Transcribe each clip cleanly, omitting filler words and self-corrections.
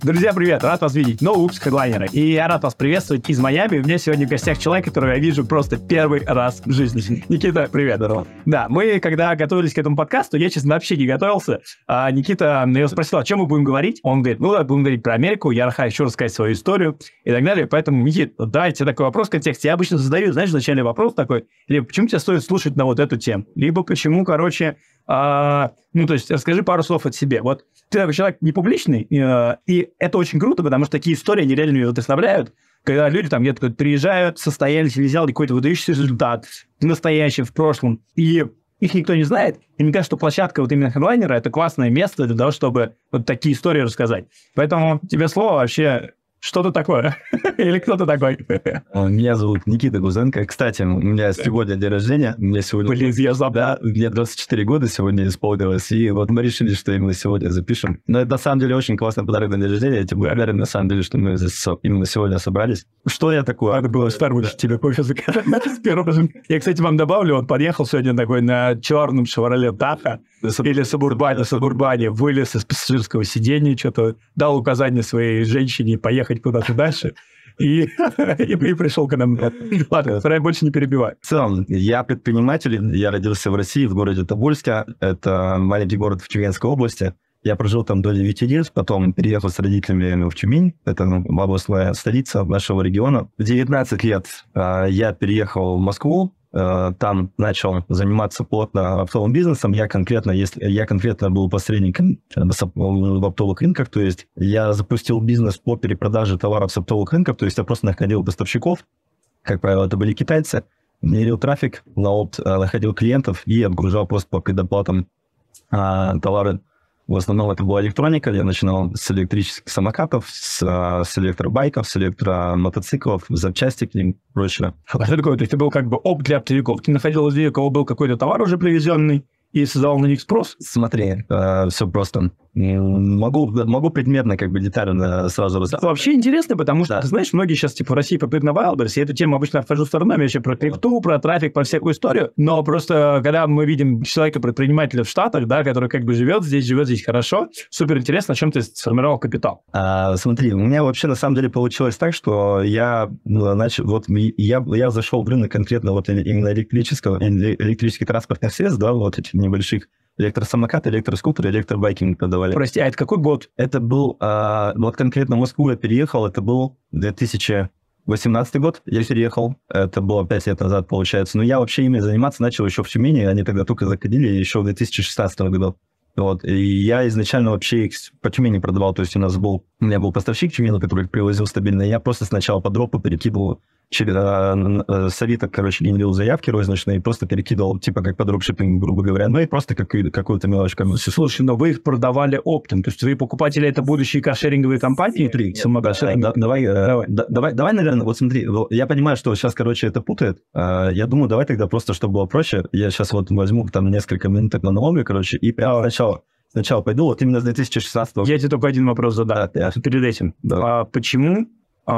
Друзья, привет! Рад вас видеть. Новый выпуск Хедлайнера. И я рад вас приветствовать из Майами. У меня сегодня в гостях человек, которого я вижу просто первый раз в жизни. Никита, привет. Здорово. Да, мы, когда готовились к этому подкасту, я, честно, вообще не готовился. Никита его спросил, о чем мы будем говорить. Он говорит, будем говорить про Америку. Я хочу рассказать свою историю и так далее. Поэтому, Никит, давайте такой вопрос в контексте. Я обычно задаю, знаешь, вначале вопрос такой, либо почему тебе стоит слушать на вот эту тему, либо почему, то есть расскажи пару слов от себя. Вот ты такой человек не публичный, и это очень круто, потому что такие истории, они реально меня вдохновляют, когда люди там где-то приезжают, состоялись или взяли какой-то выдающийся результат в настоящем, в прошлом, и их никто не знает. И мне кажется, что площадка вот именно Хедлайнера – это классное место для того, чтобы вот такие истории рассказать. Поэтому тебе слово вообще... Что ты такое? Или кто ты такой? Меня зовут Никита Гузенко. Кстати, у меня сегодня день рождения. Мне мне 24 года сегодня исполнилось. И вот мы решили, что именно сегодня запишем. Но это на самом деле очень классный подарок на день рождения. Я тебе благодарен на самом деле, что мы здесь именно сегодня собрались. Что я такое? Это было старое тебе кофе заказать. Я, кстати, вам добавлю, он подъехал сегодня такой на черном Шевроле Таха или Сабурбане, вылез из пассажирского сиденья, что-то дал указание своей женщине поехать куда-то дальше, и пришел к нам. Ладно, стараюсь больше не перебивать. В целом, я предприниматель, я родился в России, в городе Тобольске, это маленький город в Тюменской области. Я прожил там до 9 лет, потом переехал с родителями в Тюмень, это областная столица нашего региона. В 19 лет я переехал в Москву, там начал заниматься плотно оптовым бизнесом. Я конкретно был посредником в оптовых рынках, то есть я запустил бизнес по перепродаже товаров с оптовых рынков, то есть я просто находил поставщиков, как правило, это были китайцы, генерил трафик на опт, находил клиентов и отгружал просто по предоплатам товары. В основном это была электроника. Я начинал с электрических самокатов, с электробайков, с электромотоциклов, запчасти к ним и прочее. А что такое? То есть ты был как бы опт для оптовиков. Ты находил людей, у кого был какой-то товар уже привезенный, и создавал на них спрос? Смотри, все просто. Могу предметно, детально сразу рассказать. Вообще интересно, потому что, ты знаешь, многие сейчас, в России попрыгают на Wildberries, я эту тему обычно обхожу сторонами, вообще про крипту, про трафик, про всякую историю, но просто, когда мы видим человека-предпринимателя в Штатах, да, который живет здесь хорошо, супер интересно, на чем ты сформировал капитал. Смотри, у меня вообще на самом деле получилось так, что я зашел в рынок конкретно именно электрических транспортных средств, да, вот этих небольших, электросамокаты, электроскутеры, электробайки мы продавали. Прости, а это какой год? Это был, конкретно в Москву я переехал, это был 2018 год, я переехал, это было 5 лет назад, получается. Но я вообще ими заниматься начал еще в Тюмени, они тогда только заходили, еще в 2016 году. Вот, и я изначально вообще их по Тюмени продавал, то есть у меня был поставщик Тюмени, который привозил стабильно, я просто сначала по дропу перекидывал с Авито, генерил заявки розничные, и просто перекидывал, как по дропшиппингу, грубо говоря, и просто какую-то мелочь. Слушай, но вы их продавали оптом, то есть твои покупатели это будущие каршеринговые компании? Давай, наверное, вот смотри, я понимаю, что сейчас, это путает, я думаю, давай тогда просто, чтобы было проще, я сейчас возьму там несколько минут на налоге, и прямо сначала пойду, вот именно с 2016 года. Я тебе только один вопрос задам перед этим. Да. Почему...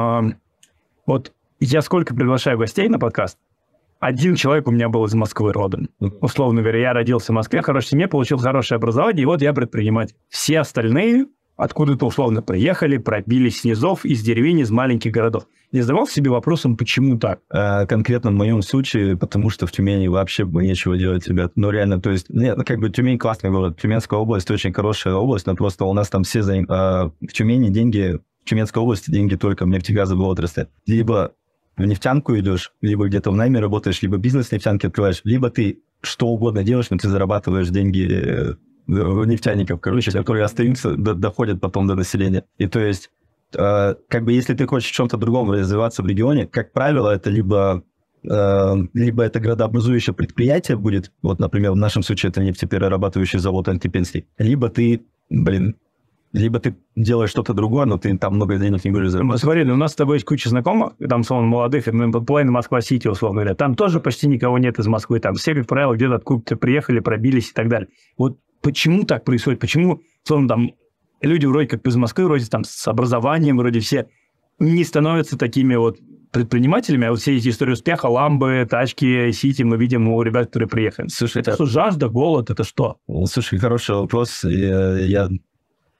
Я сколько приглашаю гостей на подкаст, один человек у меня был из Москвы родом. Условно говоря, я родился в Москве, в хорошей семье, получил хорошее образование, и вот я предприниматель. Все остальные откуда-то условно приехали, пробились с низов, из деревень, из маленьких городов. Не задавался себе вопросом, почему так? Конкретно в моем случае, потому что в Тюмени вообще нечего делать, ребят. Ну, реально, то есть, Тюмень классный город. Тюменская область очень хорошая область, но просто у нас там все в Тюмени деньги, в Тюменской области деньги только в нефтегазовой отрасли. Либо в нефтянку идешь, либо где-то в найме работаешь, либо бизнес нефтянки открываешь, либо ты что угодно делаешь, но ты зарабатываешь деньги нефтяников, которые остаются, доходят потом до населения. И то есть, если ты хочешь в чем-то другом развиваться в регионе, как правило, это либо это градообразующее предприятие будет, вот, например, в нашем случае это нефтеперерабатывающий завод Антипинский, либо ты делаешь что-то другое, но ты там много денег не будешь зарабатывать. Смотри, у нас с тобой есть куча знакомых, там, условно, молодых, половина Москва-Сити, условно говоря. Там тоже почти никого нет из Москвы. Там все, как правило, где-то откуда-то приехали, пробились и так далее. Вот почему так происходит? Почему, условно, там люди вроде как из Москвы, вроде там с образованием, вроде все не становятся такими вот предпринимателями, а вот все эти истории успеха, ламбы, тачки, сити мы видим у ребят, которые приехали. Слушай, это что, жажда, голод, это что? Слушай, хороший вопрос.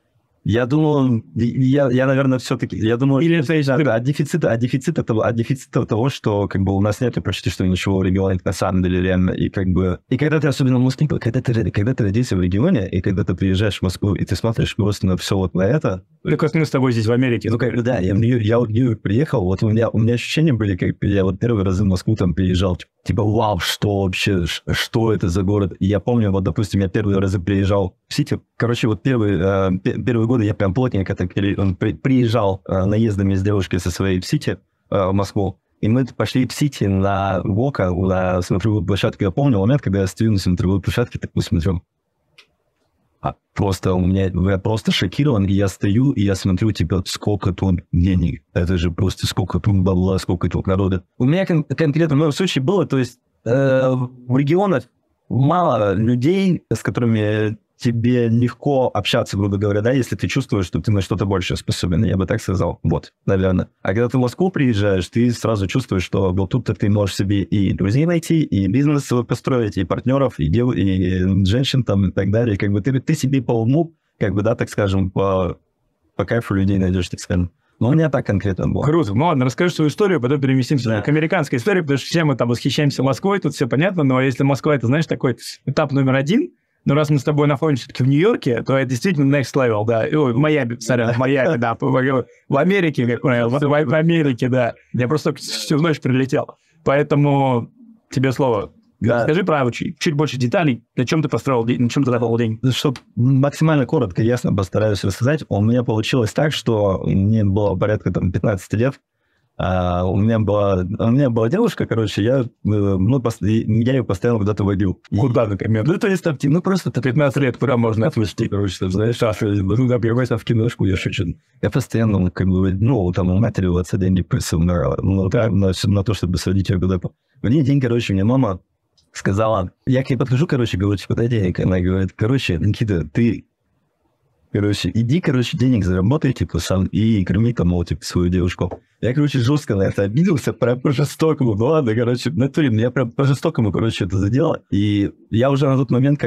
Я думаю, наверное, все-таки, я думаю, или это от дефицита того, что как бы у нас нет почти что ничего в регионе, на самом деле, реально, и как бы, и когда ты особенно в Москве, когда ты родился в регионе, и когда ты приезжаешь в Москву, и ты смотришь просто на все вот на это. Как мы с тобой здесь в Америке. Ну, как, да, я в Нью-Йорк приехал, вот у меня ощущения были, как я вот первый раз в Москву там приезжал, типа, вау, что вообще, что это за город? И я помню, вот, допустим, я первый раз приезжал в Сити, короче, вот первые годы я прям плотненько так приезжал наездами с девушкой со своей в Сити, в Москву, и мы пошли в Сити на Вока, на смотровую площадку. Я помню момент, когда я стою на смотровой площадке, такой смотрю, просто я просто шокирован, и я стою, и я смотрю, типа, сколько тут денег, это же просто сколько тут бабла, сколько тут народа. У меня конкретно в моем случае было, то есть в регионах мало людей, с которыми тебе легко общаться, грубо говоря, да, если ты чувствуешь, что ты на что-то больше способен, я бы так сказал, вот, наверное. А когда ты в Москву приезжаешь, ты сразу чувствуешь, что вот тут-то ты можешь себе и друзей найти, и бизнес построить, и партнеров, и женщин там, и так далее, как бы ты себе по уму, как бы, да, так скажем, по кайфу людей найдешь, так скажем. Но у меня так конкретно было. Круто. Ну ладно, расскажи свою историю, потом переместимся к американской истории, потому что все мы там восхищаемся Москвой, тут все понятно, но если Москва, это, знаешь, такой этап номер 1, но раз мы с тобой находимся все-таки в Нью-Йорке, то это действительно next level, да. Ой, в Майами, да. В Америке, как правило, в Америке, да. Я просто всю ночь прилетел. Поэтому тебе слово. Да. Скажи про чуть больше деталей, на чем ты построил день, на чем ты работал день. Чтобы максимально коротко, ясно постараюсь рассказать. У меня получилось так, что мне было порядка там 15 лет. У меня была девушка, короче, я ее постоянно куда-то водил. Куда, например? Ну, то есть, там, просто 15 лет, куда можно отвезти, короче, там, знаешь, например, в киношку, я шучу. Я постоянно, как бы, там, у матери у отца деньги просил на то, чтобы сводить ее куда-то. В один день, короче, мне мама сказала, я к ней подхожу, короче, говорю, куда денег? Она говорит, короче, Никита, ты... Короче, иди, денег заработай, типа, сам, и корми там, свою девушку. Я, жестко на это обиделся, прям по-жестокому. Ну ладно, в натуре, я прям по-жестокому, это задело. И я уже на тот момент,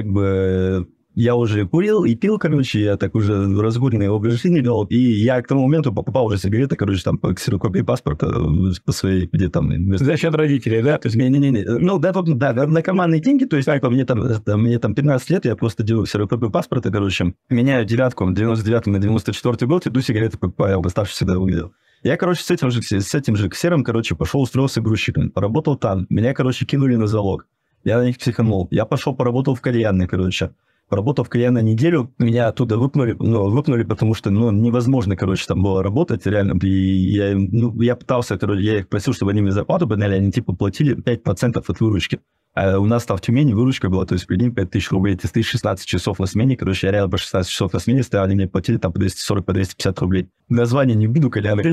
я уже курил и пил, я так уже разгульный образ жизни вел. И я к тому моменту покупал уже сигареты, там, по ксерокопии паспорта, по своей, где там... За счет родителей, да? То есть... Не-не-не. Ну, да, на карманные деньги, то есть, мне там 15 лет, я просто делаю ксерокопию паспорта, меняю девятку, 99 на 94 год, иду сигареты покупаю, оставшись всегда выглядел. Я, с этим же ксером, пошел устроился грузчиком, поработал там, меня, кинули на залог. Я на них психанул. Я пошел, поработал в кальянной, Поработав в кальянной неделю, меня оттуда выпнули, потому что, невозможно, там было работать, реально. И я пытался, я их просил, чтобы они мне зарплату подняли, они, платили 5% от выручки. А у нас там в Тюмени выручка была, то есть, прикинь, 5000 рублей, ты 16 часов на смене, я реально по 16 часов на смене стоял, они мне платили там по 240, по 250 рублей. Название не буду, кальяны,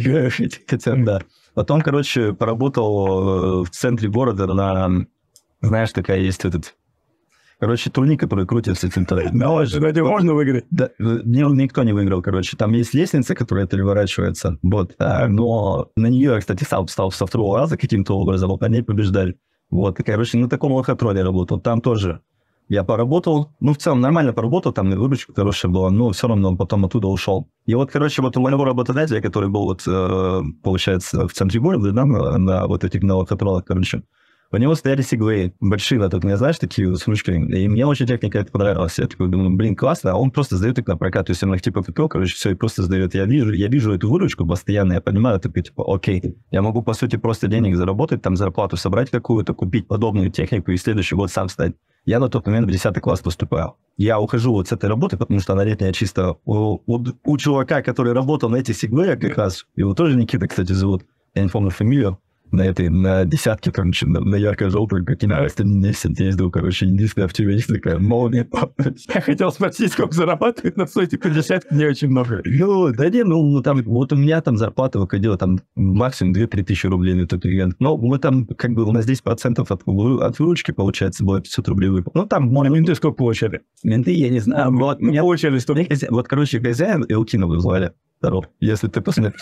да. Потом, поработал в центре города на, знаешь, такая есть турник, который крутится центрально. Можно выиграть? Да, никто не выиграл, Там есть лестница, которая переворачивается, вот. Но на нее я, кстати, сам встал со второго раза каким-то образом, вот они побеждали. Вот, на таком лохотроне работал. Там тоже я поработал, в целом нормально поработал, там и выручка хорошая была, но все равно потом оттуда ушел. И вот, у моего работодателя, который был, получается, в центре города, да, на этих лохотронах, у него стояли сигвеи большие, знаешь, такие с ручками. И мне очень техника это понравилась. Я такой думаю, классно. А он просто сдает их на прокат. То есть он их купил, все, и просто сдает. Я вижу эту выручку постоянно, я понимаю, окей, я могу, по сути, просто денег заработать, там зарплату собрать какую-то, купить подобную технику и следующий год сам стать. Я на тот момент в 10 класс поступаю. Я ухожу с этой работы, потому что она летняя чисто у чувака, который работал на этих сигвеях как раз. Его тоже Никита, кстати, зовут. Я не помню фамилию. На десятке, на ярко-желтый, какие-то ездил, единственное, в тебе есть такая молния. Я хотел спросить, сколько зарабатывает, но стоит 50 не очень много. Там, вот у меня там зарплата выходила там максимум 2-3 тысячи рублей на этот клиент. Но мы там, у нас 10% от выручки, получается, было 500 рублей выпал. Там... Менты сколько получали? Менты, я не знаю. Получали столько. Хозяин Илкинова звали. Здоров. Если ты посмотришь,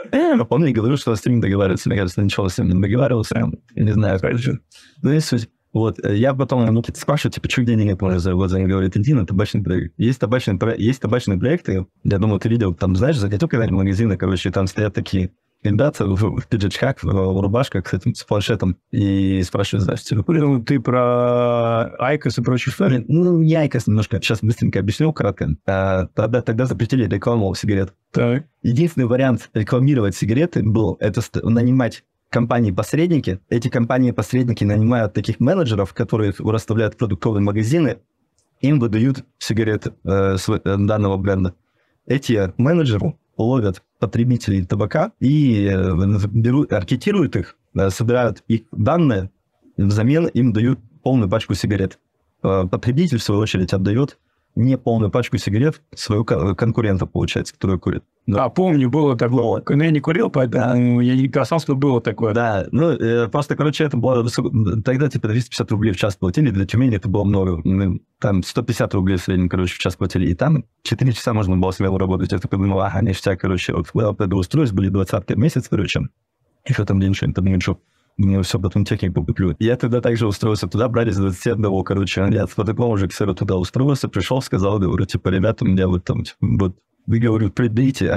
он мне говорил, что с ним договариваться. Мне кажется, ничего с ним не договаривался. Я не знаю, Ну и суть. Вот, я потом Никита спрашиваю, типа, что денег нет, можно заработать? Они говорят, иди на табачный проект. Есть табачные проекты, я думаю, ты видел, там, знаешь, заходил когда-нибудь в магазины, короче, там стоят такие ребята в пиджачках, в рубашках с планшетом, и спрашивают, знаешь, типа, Ты про Айкос и прочие истории? ну, не Айкос немножко, сейчас быстренько объясню, кратко. Тогда запретили рекламу сигарет. Так. Единственный вариант рекламировать сигареты был, это нанимать компании-посредники. Эти компании-посредники нанимают таких менеджеров, которые расставляют продуктовые магазины, им выдают сигареты данного бренда. Эти менеджеры ловят потребителей табака и аркетируют их, собирают их данные, взамен им дают полную пачку сигарет. Потребитель, в свою очередь, отдает не полную пачку сигарет своего конкурента, получается, который курит. Да, помню, было такое. Но я не курил, поэтому я не касался, что было такое. Да, ну, просто, короче, это было... Тогда, типа, 250 рублей в час платили, для Тюмени это было много. Там 150 рублей в среднем, короче, в час платили. И там 4 часа можно было смело работать. Я такой думал, ага, ништяк, короче. Вот когда устроились, были 20 в месяц, короче. Еще там деньше, там ничего. Мне все, потом технику куплю. Я тогда также устроился туда, брали с 21, короче. Я по такому же ксеру туда устроился, пришел, сказал, говорю, типа, ребята, у меня вот там, типа, вот, вы, говорю, придите,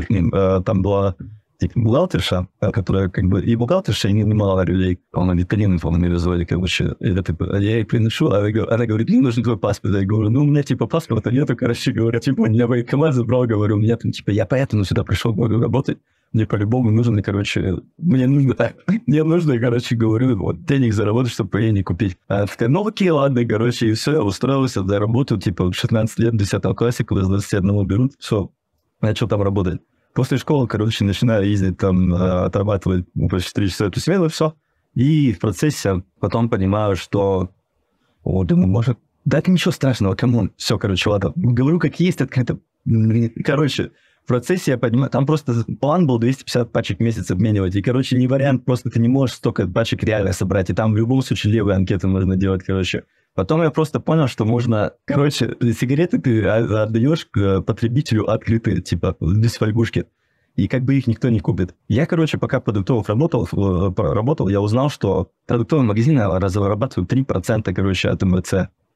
там была типа, бухгалтерша, которая, как бы, и бухгалтерша, и немало людей, по-моему, витамины, по-моему, звали, короче. Я ей приношу, она говорит, мне нужен твой паспорт. Я говорю, ну, у меня, типа, паспорта нету, короче, говорю, типа, меня военкомат забрал, говорю, у меня там, типа, я поэтому сюда пришел, говорю, работать. Мне по-любому нужно, короче, мне нужно, короче, говорю, вот, денег заработать, чтобы военник купить. Она такая, ну, окей, ладно, короче, и все, я устроился, заработал, типа, в 16 лет, в 10 классе, куда с 21 берут, все, начал там работать. После школы, короче, начинаю ездить там, отрабатывать почти 3 часа эту смену, все. И в процессе потом понимаю, что, думаю, может, да это ничего страшного, камон. Все, короче, ладно. Говорю, как есть, это какая-то, короче, в процессе я понимаю, там просто план был 250 пачек в месяц обменивать, и, короче, не вариант, просто ты не можешь столько пачек реально собрать, и там в любом случае левые анкеты можно делать, короче. Потом я просто понял, что можно, короче, сигареты ты отдаешь к потребителю открытые, типа, без фольгушки, и как бы их никто не купит. Я, короче, пока продуктовых работал, я узнал, что продуктовые магазины разрабатывают 3%, короче, от МВЦ.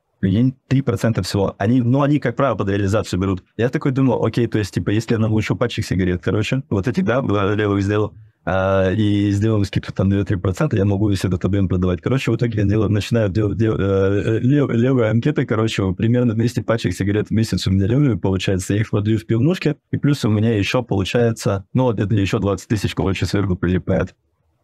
3% всего. Они, как правило, под реализацию берут. Я такой думал, окей, то есть, типа, если я научу пачек сигарет, короче, вот эти, да, левых сделал, и сделал скидку там 2-3%, я могу весь этот объем продавать. Короче, в итоге я начинаю делать левые анкеты, короче, примерно 200 пачек сигарет в месяц у меня левые, получается, я их продаю в пивнушке, и плюс у меня еще получается, ну, вот это еще 20 тысяч, короче, сверху прилипает.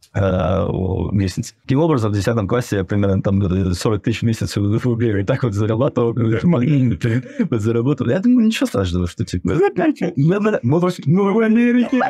В месяц. Таким образом, в 10 классе я примерно там 40 тысяч в месяц рублей и так вот зарабатывал. Заработал. Я думаю, ничего страшного, что типа... Мы в Америке.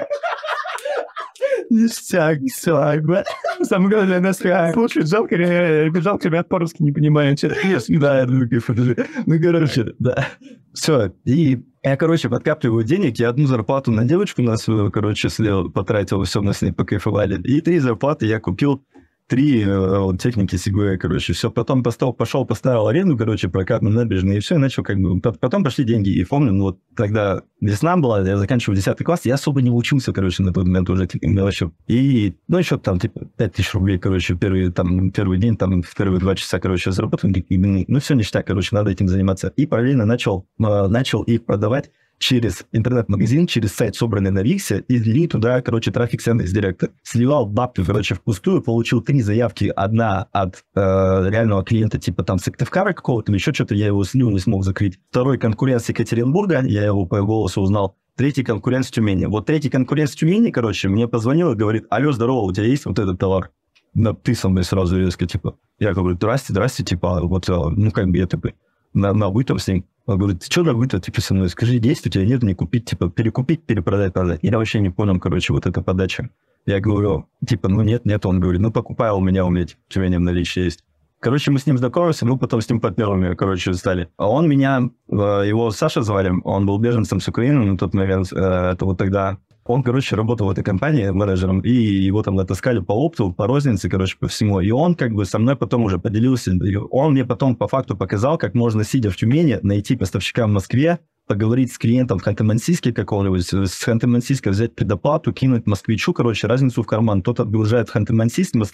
Ништяк, все. Самое главное, нас слушают, жалко, ребят по-русски не понимают. Да, ну, короче, да. Все, и я, короче, подкапливаю денег, я одну зарплату на девочку на свою, короче, потратил, все, мы с ней покайфовали, и 3 зарплаты я купил 3 техники Segway, короче, все, потом пошел, поставил аренду, короче, прокат на набережной, и все, и начал как бы, потом пошли деньги, и помню, ну, вот тогда весна была, я заканчивал 10 класс, я особо не учился, короче, на тот момент уже таким мелочью, и, ну, еще там, типа, 5000 рублей, короче, первый день, там, в первые 2 часа, короче, заработал, ну, все ништяк, короче, надо этим заниматься, и параллельно начал их продавать через интернет-магазин, через сайт, собранный на Виксе, и слил туда, короче, трафик с Яндекс.Директа. Сливал бабки, короче, впустую, получил 3 заявки. Одна от реального клиента, типа там Сыктывкара какого-то, или еще что-то, я его слил, не смог закрыть. Второй конкурент с Екатеринбурга, я его по голосу узнал. Третий конкурент с Тюмени. Вот третий конкурент с Тюмени, короче, мне позвонил и говорит, алло, здорово, у тебя есть вот этот товар? Да, ты со мной сразу резко, типа. Я говорю, здрасте, типа, вот, ну, как бы я такой, на вы там с ним. Он говорит, ты что на вы-то, типа, со мной? Скажи, есть у тебя, нет, не купить, типа, перекупить, перепродать, продать. Я вообще не понял, короче, вот эта подача. Я говорю, типа, ну, нет. Он говорит, ну, покупай у меня, типа, Тюмени в наличии есть. Короче, мы с ним знакомимся, мы потом с ним партнерами, короче, стали. А он меня, его Саша звали, он был беженцем с Украины на тот момент, это вот тогда... Он, короче, работал в этой компании менеджером, и его там натаскали по опту, по рознице, короче, по всему. И он как бы со мной потом уже поделился. Он мне потом по факту показал, как можно, сидя в Тюмени, найти поставщика в Москве, поговорить с клиентом в Ханты-Мансийске какого-нибудь, с Ханты-Мансийска взять предоплату, кинуть москвичу, короче, разницу в карман. Тот отгружает в Ханты-Мансийск москвич,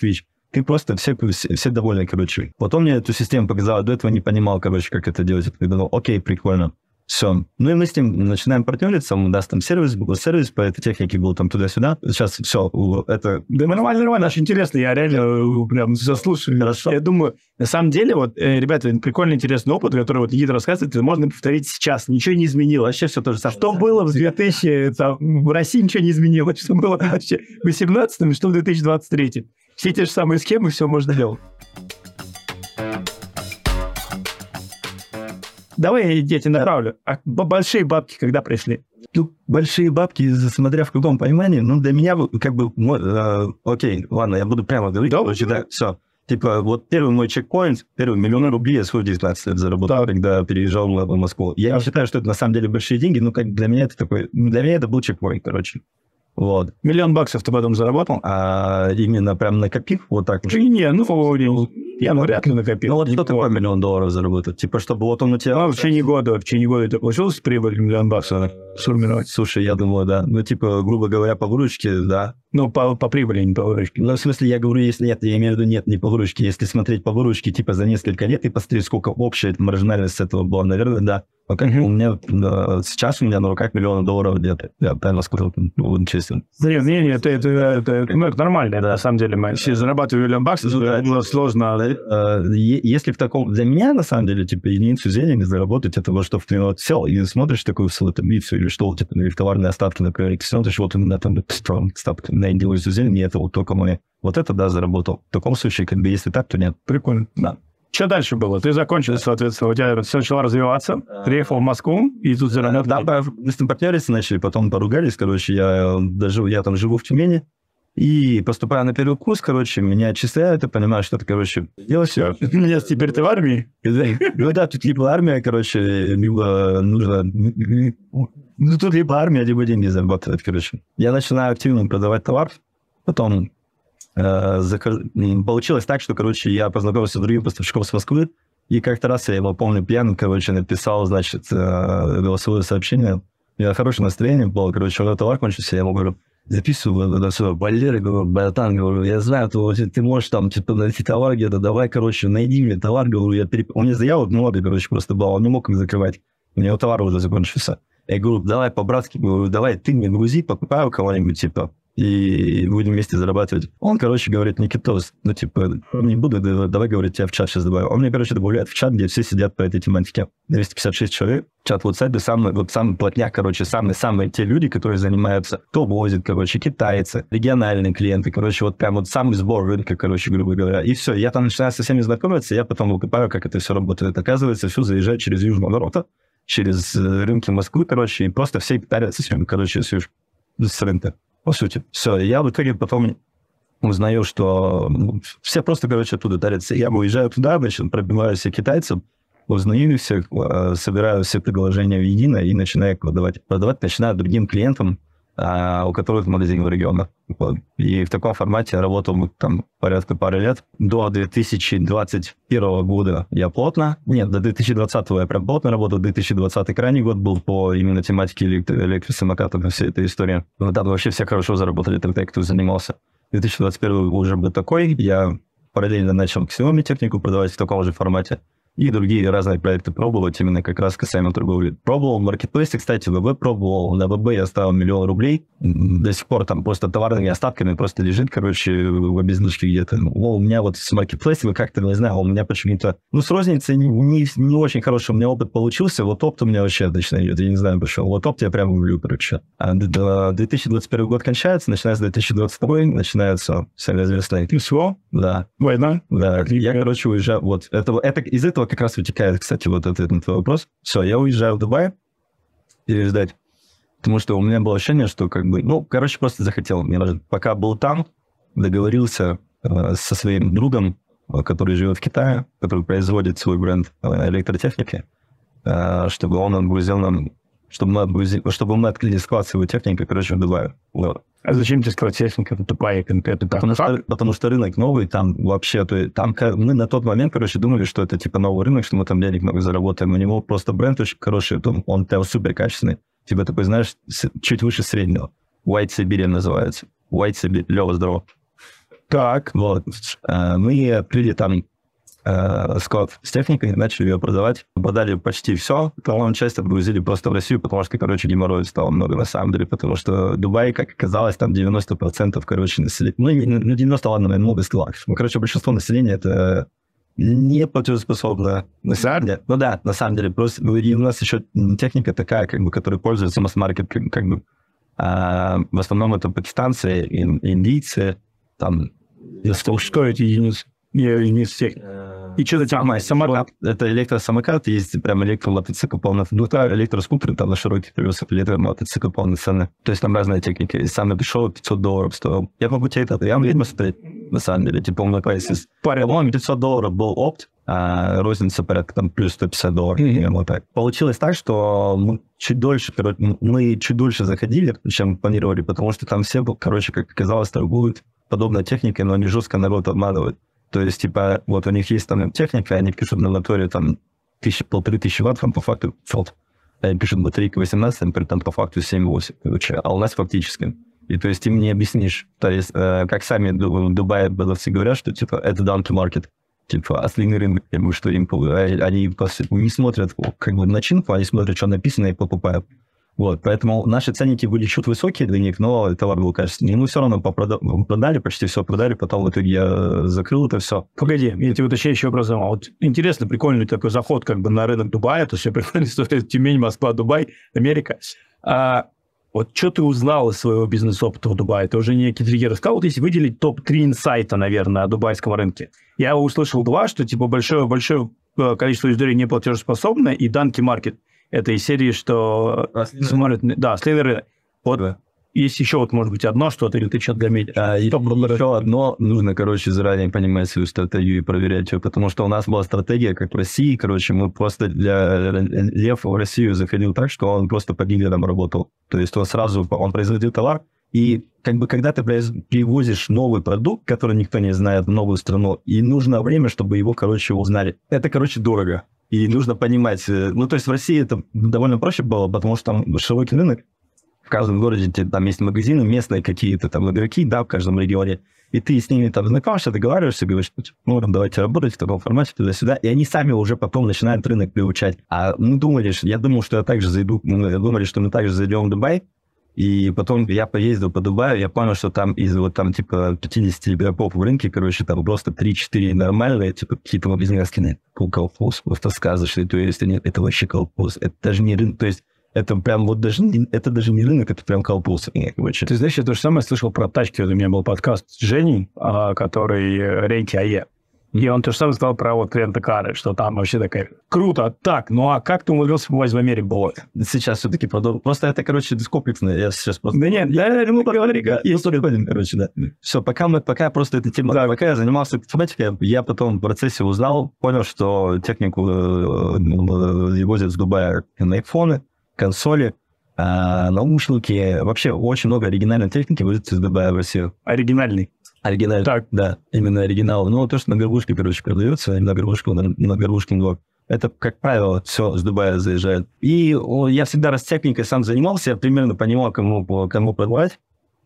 ты просто все довольны, короче. Потом мне эту систему показала, до этого не понимал, короче, как это делать. Я думал, окей, прикольно. Все. Ну и мы с ним начинаем партнериться, он даст там сервис по этой технике, был там туда-сюда. Сейчас все, это... Да нормально, аж интересно, я реально прям заслушаю. Хорошо. Я думаю, на самом деле, вот, ребята, прикольный, интересный опыт, который вот Никита рассказывает, можно повторить сейчас, ничего не изменилось. Вообще все то же самое. Что было в 2000, там, в России ничего не изменилось, что было в 2018 и что в 2023. Все те же самые схемы, все можно делать. Давай я тебе направлю. А большие бабки когда пришли? Ну, большие бабки, смотря в каком понимании, ну, для меня, как бы, окей, ладно, я буду прямо говорить. Да, короче, да, все. Типа, вот первый мой чекпоинт, первый 1 000 000 рублей я свой 19 лет заработал, когда переезжал в Москву. Я считаю, что это на самом деле большие деньги, но как для меня это такой, для меня это был чекпоинт, короче. Вот. $1 000 000 ты потом заработал? А именно прям накопив вот так. Я вряд ли накопил. Ну вот что такое $1 000 000 заработать? Типа, чтобы вот он у тебя... В течение года ты получился прибыль $1 000 000 сформировать? Слушай, я думаю, да. Ну, типа, грубо говоря, по выручке, да. Ну, по прибыли, не по выручке. Ну, в смысле, я говорю, если нет, я имею в виду нет, не по выручке. Если смотреть по выручке, типа, за несколько лет и посмотреть, сколько общая маржинальность этого была, наверное, да. Пока у меня сейчас у меня на руках $1 000 000 где-то. Я правильно сказал, честно. Это нормально, да, на самом деле. Мы все зарабатывали $1 000 000, было сложно. Если в таком... Для меня, на самом деле, типа, единицу денег заработать, это вот что ты вот сел и смотришь такую таблицу или что, типа, или товарные остатки, например, и ты смотришь, вот именно там ставка на единицу денег, и это вот только мы... Вот это, да, заработал. В таком случае, как бы, если так, то нет. Прикольно. Да. Что дальше было? Ты закончил, соответственно, у тебя все начало развиваться, приехал в Москву, и тут заработал. Да, мы с ним партнериться начали, потом поругались, короче, я там живу в Тюмени, и поступая на первый курс, короче, меня отчисляют, и понимаю, что это, короче, дело все. Теперь ты в армии? Ну да, тут либо армия, короче, либо нужно... Ну тут либо армия, либо деньги зарабатывать, короче. Я начинаю активно продавать товар, потом... Получилось так, что, короче, я познакомился с другим поставщиком с Москвы, и как-то раз я его помню пьяным, короче, написал, значит, голосовое сообщение. У меня хорошее настроение было, короче, у него товар кончился, я ему говорю, записываю сюда, Валерий, говорю, братан, говорю, я знаю, ты можешь там, типа, найти товар где-то, давай, короче, найди мне товар, говорю, у меня заявок много, короче, просто было, он не мог их закрывать, у него товар уже закончился. Я говорю, давай по-братски, говорю, давай ты мне грузи, покупай у кого-нибудь, типа, и будем вместе зарабатывать. Он, короче, говорит, Никитос, ну, типа, не буду, давай, говорит, тебя в чат сейчас добавлю. Он мне, короче, добавляет в чат, где все сидят по этой тематике. 256 человек. Чат WhatsApp, самый плотняк, короче, самые те люди, которые занимаются, кто возит, короче, китайцы, региональные клиенты, короче, вот прям вот самый сбор рынка, короче, грубо говоря. И все, я там начинаю со всеми знакомиться, я потом выкупаю, как это все работает. Оказывается, все заезжает через Южные ворота, через рынки Москвы, короче, и просто все питаются с ним, короче, с рынка. По сути. Все, я в итоге потом узнаю, что все просто, короче, оттуда тарятся. Я уезжаю туда, значит, пробиваю все китайцев, узнаю их всех, собираю все предложения в едино и начинаю продавать. Продавать начинаю другим клиентам, у которых магазин в регионах. И в таком формате я работал там порядка пары лет. До 2021 года я плотно, до 2020 я прям плотно работал. 2020 крайний год был по именно тематике электросамокатов и всей этой истории. Но там вообще все хорошо заработали, тогда кто занимался. 2021 уже был такой, я параллельно начал Xiaomi технику продавать в таком же формате. И другие разные проекты пробовать, именно как раз касаемо торговли. Пробовал в маркетплейсе, кстати, ВБ пробовал. На ВБ я ставил $1 000 000 рублей. До сих пор там просто товарными остатками просто лежит, короче, в обезличке где-то. У меня вот с маркетплейсом, как-то, не знаю, у меня почему-то... Ну, с розницей не очень хороший у меня опыт получился. Вот опыт у меня вообще отлично идет. Я не знаю, почему. Вот опыт я прям люблю, короче. 2021 год кончается, начинается 2022, начинается самое известное. Все? Да. Война? Да. Я, короче, уезжаю. Вот. Это из этого как раз вытекает, кстати, вот этот на твой вопрос. Все, я уезжаю в Дубай переждать. Потому что у меня было ощущение, что как бы... Ну, короче, просто захотел. Пока был там, договорился со своим другом, который живет в Китае, который производит свой бренд электротехники, чтобы он отгрузил нам... Чтобы мы открыли склад своей техники, короче, в Дубае. Вот. А зачем тебе сказать техника в Дубае конкретно? Потому что рынок новый, там вообще... мы на тот момент, короче, думали, что это типа новый рынок, что мы там денег много заработаем. У него просто бренд очень хороший, он прям супер качественный. Типа такой, знаешь, чуть выше среднего. White Siberian называется. White Siberian. Лёва, здорово. Так. Вот. Мы открыли там склад с техникой, начали ее продавать, продали почти все, по-моему, часть отгрузили просто в Россию, потому что, короче, геморроя стало много на самом деле, потому что Дубай, как оказалось, там 90%, короче, населения, ну, 90, ладно, наверное, много сказал. Ну, короче, большинство населения это не платежеспособно. На самом деле, ну да, на самом деле, просто и у нас еще техника такая, как бы, которой пользуется масс-маркет, как бы, в основном это пакистанцы, индийцы, там... Что эти единицы? Единицы техники. И что это самокат? Это электросамокат, есть прям электромотоцикл полноценный. Ну, это электроскутер, там на широких колесах, электромотоцикл полноценный. То есть там разная техника. И самый дешевый $500 стоил. Я могу тебе это, я могу посмотреть, на самом деле, типа, на прайс. По-моему, $500 был опт, а розница порядка там плюс $150. Вот так. Получилось так, что мы чуть дольше заходили, чем планировали, потому что там все, короче, как оказалось, торгуют подобной техникой, но они жестко народ обманывают. То есть, типа, вот у них есть там техника, они пишут на моторе там 1500 ватт, там по факту фолт. Они пишут батарейка 18, например, там по факту 7-8, короче, а у нас фактически. И то есть, ты мне объяснишь, то есть, как сами в Дубае продавцы говорят, что, типа, это down to market, типа, ослиный рынок, что им, они не смотрят как бы начинку, они смотрят, что написано, и покупают. Вот, поэтому наши ценники были чуть высокие для них, но товар был качественный. И мы все равно продали, почти все продали, потом в итоге я закрыл это все. Погоди, я тебе уточняющий вопрос задал. Вот интересно, прикольный такой заход как бы на рынок Дубая, то есть я прикольно, что это Тюмень, Москва, Дубай, Америка. Вот что ты узнал из своего бизнес-опыта в Дубае? Ты уже некие триггеры рассказал. Вот если выделить топ-3 инсайта, наверное, о дубайском рынке. Я услышал два, что типа большое количество аудитории не платежеспособно, и Данки Маркет. Это из серии, что смотрят... Да, слейный рынок. Вот. Да. Есть еще, вот, может быть, одно что-то, или ты что-то заметишь? Еще одно. Нужно, короче, заранее понимать свою стратегию и проверять ее, потому что у нас была стратегия, как в России, короче, мы просто Лев в Россию заходил так, что он просто по дилерам работал. То есть он производил товар, и как бы когда ты привозишь новый продукт, который никто не знает в новую страну, и нужно время, чтобы его, короче, узнали. Это, короче, дорого. И нужно понимать, ну, то есть в России это довольно проще было, потому что там широкий рынок, в каждом городе там есть магазины, местные какие-то там игроки, да, в каждом регионе, и ты с ними там знакомишься, договариваешься, говоришь, ну, давайте работать в таком формате, туда-сюда, и они сами уже потом начинают рынок приучать. А мы думали, я думал, что я также думали, что мы также зайдем в Дубай, и потом я поездил по Дубаю, я понял, что там из вот там типа 50 игроков в рынке, короче, там просто 3-4 нормальные, типа какие-то магазины, колхоз, просто сказочный, то есть это вообще колхоз, это даже не рынок, то есть это прям вот даже не рынок, это прям колхоз. Ты знаешь, я то же самое слышал про тачки, у меня был подкаст с Женей, который Рейки АЕ. И он то же самое сказал про вот рент-кары, что там вообще такая... Круто, так, ну а как ты умудрился попасть в Америку? Сейчас все-таки продолжу. Просто это, короче, комплексно. Я сейчас просто... Да нет, я не поговорю. Короче, да. Все, пока просто эта тема... Да, пока я занимался информатикой, я потом в процессе узнал, понял, что технику возят с Дубая на айфоны, консоли, наушники. Вообще очень много оригинальной техники возится из Дубая в Россию. Оригинальный. Так. Да, именно оригинал. Ну, то, что на горбушке, короче, продается, на горбушке много. Это, как правило, все с Дубая заезжает. И я всегда раз техникой сам занимался, я примерно понимал, кому продавать.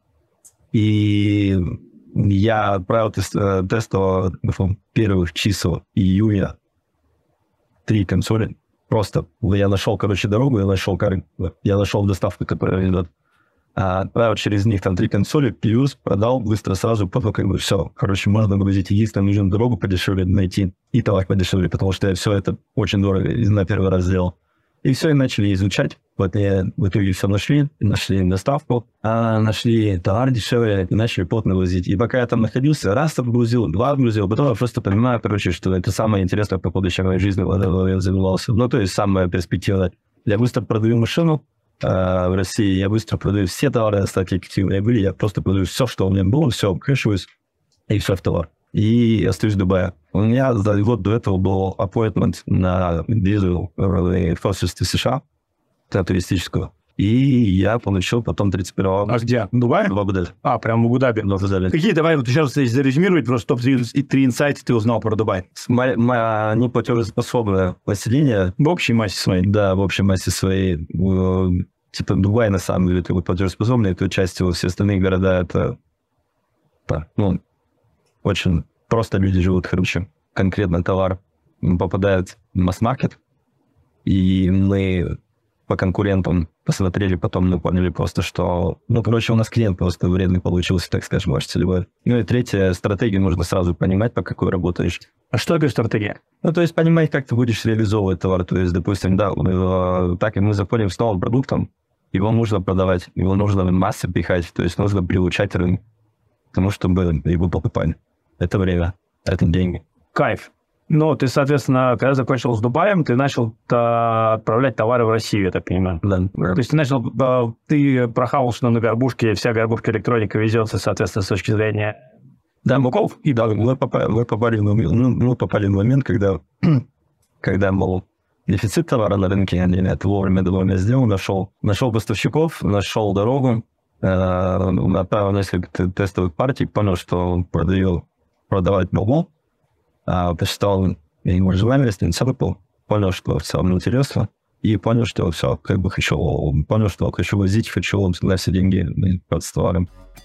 И я отправил тестового первых чисел июня 3 консоли. Просто я нашел, короче, дорогу, я нашел доставку, которая идет. Отправил через них там 3 консоли, плюс продал быстро сразу, потом как бы все. Короче, можно грузить. Единственное, нужно дорогу подешевле найти и товар подешевле, потому что я все это очень дорого на первый раз сделал. И все, и начали изучать. Вот в итоге все нашли доставку, нашли товар дешевле, и начали плотно грузить. И пока я там находился, раз грузил, 2 грузил, потом я просто понимаю, короче, что это самое интересное по поводу моей жизни, я занимался. Ну, то есть самая перспектива. Я быстро продаю машину, в России, я быстро продаю все товары, кстати, какие у меня были, я просто продаю все, что у меня было, все, кэшуюсь, и все в товар. И остаюсь в Дубае. У меня за год до этого был appointment на визу в консульстве США, туристическую. И я получил потом 31-го. А где? В Дубае? В Абу-Даби. Прям в Абу-Даби. В Абу-Даби. Какие, давай вот сейчас зарезюмировать, просто топ-3 инсайта ты узнал про Дубай. Неплатежеспособное население. В общей массе своей. Да, в общей массе своей. Типа Дубай, на самом деле, платежеспособный, то часть его, все остальные города, это... очень просто люди живут короче. Конкретно товар попадает в масс-маркет, и мы по конкурентам посмотрели, потом мы поняли просто, что... Ну, короче, у нас клиент просто вредный получился, так скажем, ваш целевой. Ну и третья, стратегию нужно сразу понимать, по какой работаешь. А что такое стратегия? Ну, то есть понимать, как ты будешь реализовывать товар. То есть, допустим, да, так и мы заходим с новым продуктом, его нужно продавать, его нужно в массы пихать, то есть нужно приучать рынок к тому, чтобы его покупали. Это время, это деньги. Кайф. Ну, ты, соответственно, когда закончил с Дубаем, ты начал отправлять товары в Россию, я так понимаю. Да. То есть ты прохавал, что на горбушке, вся горбушка электроника везется, соответственно, с точки зрения муков. И да, мы попали в момент, когда, мол, дефицит товара на рынке, я это вовремя сделал, нашел поставщиков, нашел дорогу, направил несколько тестовых партий, понял, что продавать могу, посчитал его желаемость, понял, что в целом интересно, и понял, что все, как бы хочу возить, хочу всегда все деньги с товаром.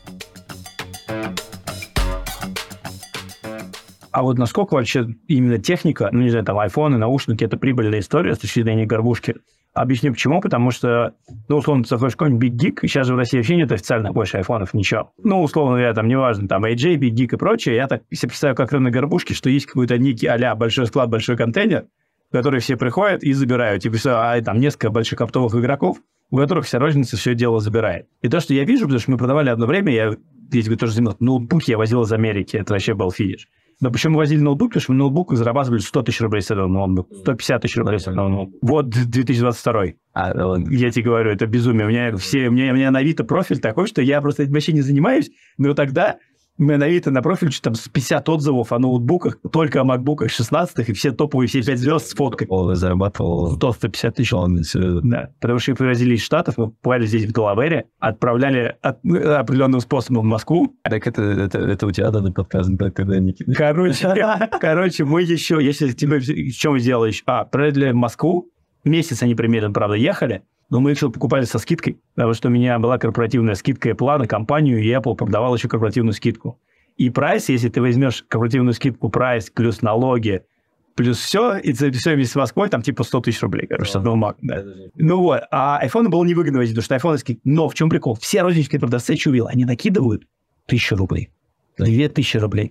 А вот насколько вообще именно техника, ну, не знаю, там, айфоны, наушники, это прибыльная история с точки зрения горбушки? Объясню почему. Потому что, ну, условно, ты заходишь в какой-нибудь Big Geek, и сейчас же в России вообще нет официально больше айфонов, ничего. Ну, условно, я там, неважно, там, AJ, Big Geek и прочее, я так себе представляю, как рынок горбушки, что есть какой-то некий а-ля большой склад, большой контейнер, в который все приходят и забирают. Типа, там несколько больших оптовых игроков, у которых вся розница все дело забирает. И то, что я вижу, потому что мы продавали одно время, я здесь тоже занимался, ноутбуки я возил из Америки, это вообще был финиш. Но почему возили ноутбук? Потому что мы ноутбук зарабатывали 100 тысяч рублей с этого ноутбука, 150 тысяч рублей с этого ноутбука. Вот 2022. Я тебе говорю, это безумие. У меня на Авито профиль такой, что я просто этим вообще не занимаюсь, но тогда у меня на Авито на профиль что там 50 отзывов о ноутбуках, только о макбуках 16-х, и все топовые, все 5 звезд с фоткой. Зарабатывал 100-150 тысяч. Да, потому что их привозили из Штатов, мы покупали здесь в Делавере, отправляли определенным способом в Москву. Так это у тебя данный подкаст, когда не кидаешь. Короче, мы еще, если тебе, что мы сделали еще? Продали в Москву, месяц они примерно, правда, ехали, но мы их покупали со скидкой, потому что у меня была корпоративная скидка Apple на компанию, и Apple продавал еще корпоративную скидку. И прайс, если ты возьмешь корпоративную скидку, прайс плюс налоги, плюс все, и все вместе с Москвой, там типа 100 тысяч рублей, короче, с одного Mac. Да. Ну вот, а iPhone было невыгодно возить, потому что iPhone, но в чем прикол? Все розничные продавцы, что увидел, они накидывают 1000 рублей, 2000 рублей.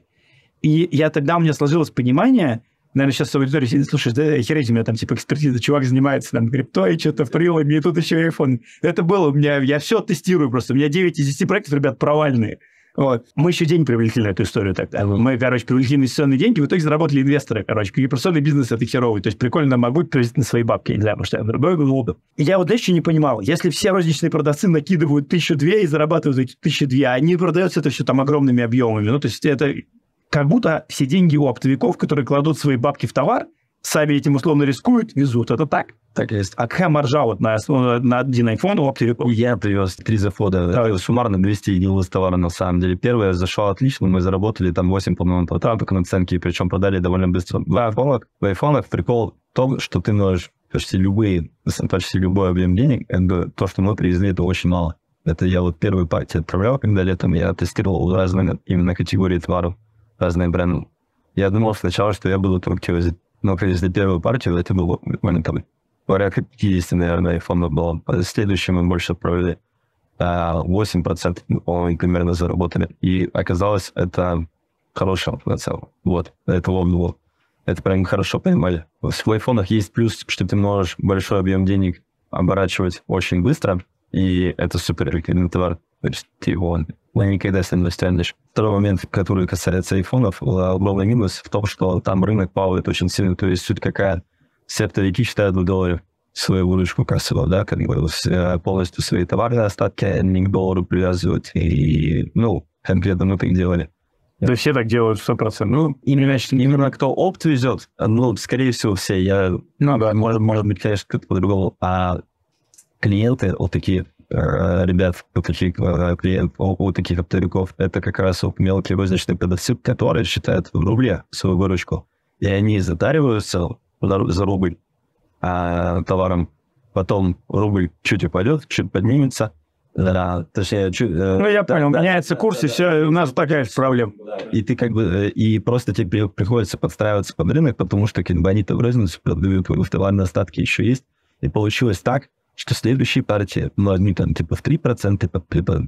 И у меня сложилось понимание, наверное, сейчас в аудитории сидит, слушай, да охереть, у меня там типа экспертиза, чувак занимается там криптой, что-то в приломе, и тут еще iPhone. Это было у меня, я все тестирую просто, у меня 9 из 10 проектов, ребят, провальные. Вот. Мы еще деньги привлекли на эту историю тогда. Мы, короче, привлекли инвестиционные деньги, в итоге заработали инвесторы, короче. Корпорационный бизнес это херовый. То есть прикольно могу привести на свои бабки, не знаю, потому что я другой голоду. И я вот дальше не понимал, если все розничные продавцы накидывают 1002 и зарабатывают эти 1002, а они продаются это все там огромными объемами. Ну, то есть это как будто все деньги у оптовиков, которые кладут свои бабки в товар, сами этим условно рискуют, везут. Это так? Так есть. А какая маржа вот на один iPhone у оптовиков? Я привез 3 захода. Да. Суммарно 200 единиц товара на самом деле. Первое зашел отлично, мы заработали там 8, по-моему, только наценки, причем продали довольно быстро. В айфонах прикол в том, что ты можешь почти любой объем денег, это то, что мы привезли, это очень мало. Это я вот первую партию отправлял, когда летом я тестировал разные именно категории товаров, разные бренды. Я думал сначала, что я буду только возить. Но привезли первую партию, это было буквально там порядка 50, наверное, айфонов было. Следующим мы больше отправили 8%, по-моему, примерно заработали. И оказалось, это хорошая нацелка. Вот, это ловнуло. Это прям хорошо понимали. В айфонах есть плюс, что ты можешь большой объем денег оборачивать очень быстро, и это супер ликвидный товар. То есть ты его никогда с ним не стянешь. Второй момент, который касается айфонов, главный минус в том, что там рынок плавает очень сильно. То есть суть какая? Все оптовики считают $2 свою выручку кассовую, да, как бы полностью свои товарные остатки они к доллару привязывают. И, конкретно мы так делали. Да все так делают 100%. Именно кто опт везет, скорее всего, все. Может быть, конечно, как-то по-другому. А клиенты, вот такие ребят, у таких оптовиков, это как раз мелкие розничные продавцы, которые считают в рубле свою выручку. И они затариваются за рубль товаром. Потом рубль чуть упадет, чуть поднимется, Точнее, я понял, меняется курс, и все, у нас такая же проблема. И ты как бы, и просто тебе приходится подстраиваться под рынок, потому что как бы они-то в розницу продают, в товарные остатки еще есть. И получилось так, что следующие партии, они там типа в 3%, по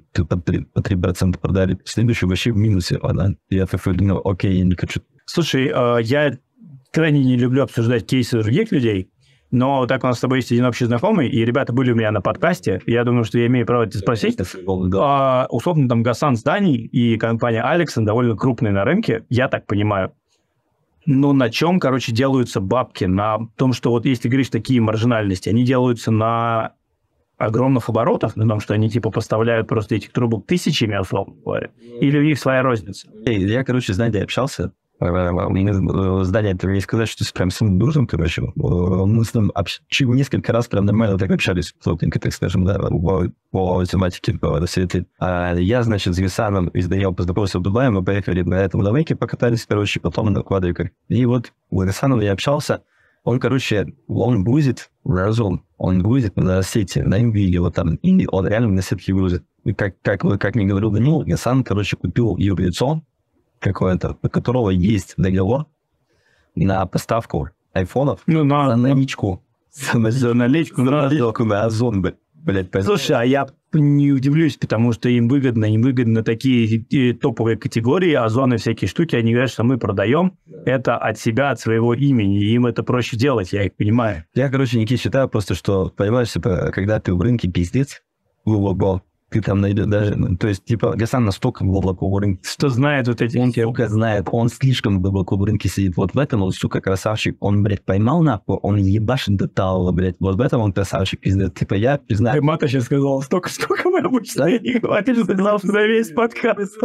3% продали, следующую вообще в минусе. Я думал, окей, я не хочу. Слушай, я крайне не люблю обсуждать кейсы других людей, но так у нас с тобой есть один общий знакомый, и ребята были у меня на подкасте, я думаю, что я имею право это спросить. Условно, там Гасан Зданий и компания Алексон довольно крупные на рынке, я так понимаю. Но на чем, делуются бабки? На том, что вот если говоришь такие маржинальности, они делаются на огромных оборотах, на том, что они типа поставляют просто этих трубок тысячами, условно говоря, или у них своя розница? Я, с Надей общался. Здание, это не сказать, что прям сильно дружим, мы с ним несколько раз прям нормально так общались, плотненько, так скажем, да, по тематике, по всей этой. Я, с Гасаном из Даниэла познакомился в Дубае, мы поехали на этом лавейке, покатались, потом на квадриках. И вот с Гасаном я общался, он, он грузит Разум, он грузит на сети, на NVIDIA, вот там, и он реально на сетке грузит. И как мне говорил Даниил, Гасан, купил юрлицо какое-то, по которого есть договор на поставку айфонов за наличку. За наличку на Озон, блядь. Слушай, а я не удивлюсь, потому что им выгодно такие топовые категории, озоны, всякие штуки, они говорят, что мы продаем это от себя, от своего имени, и им это проще делать, я их понимаю. Я, Никит, считаю просто, что, понимаешь, когда ты в рынке пиздец, глубоко, ты там найдешь даже... То есть, Гасан настолько глубоко в рынке... Что знает вот эти... Он только знает, он слишком глубоко в рынке сидит. Вот в этом он, красавчик. Он, блядь, поймал нахуй, он ебашит до талого, блядь. Вот в этом он красавчик, пиздец. Я признаю... Мата сейчас сказал, сколько мы обычно не говорили, сказал, что за весь подкаст.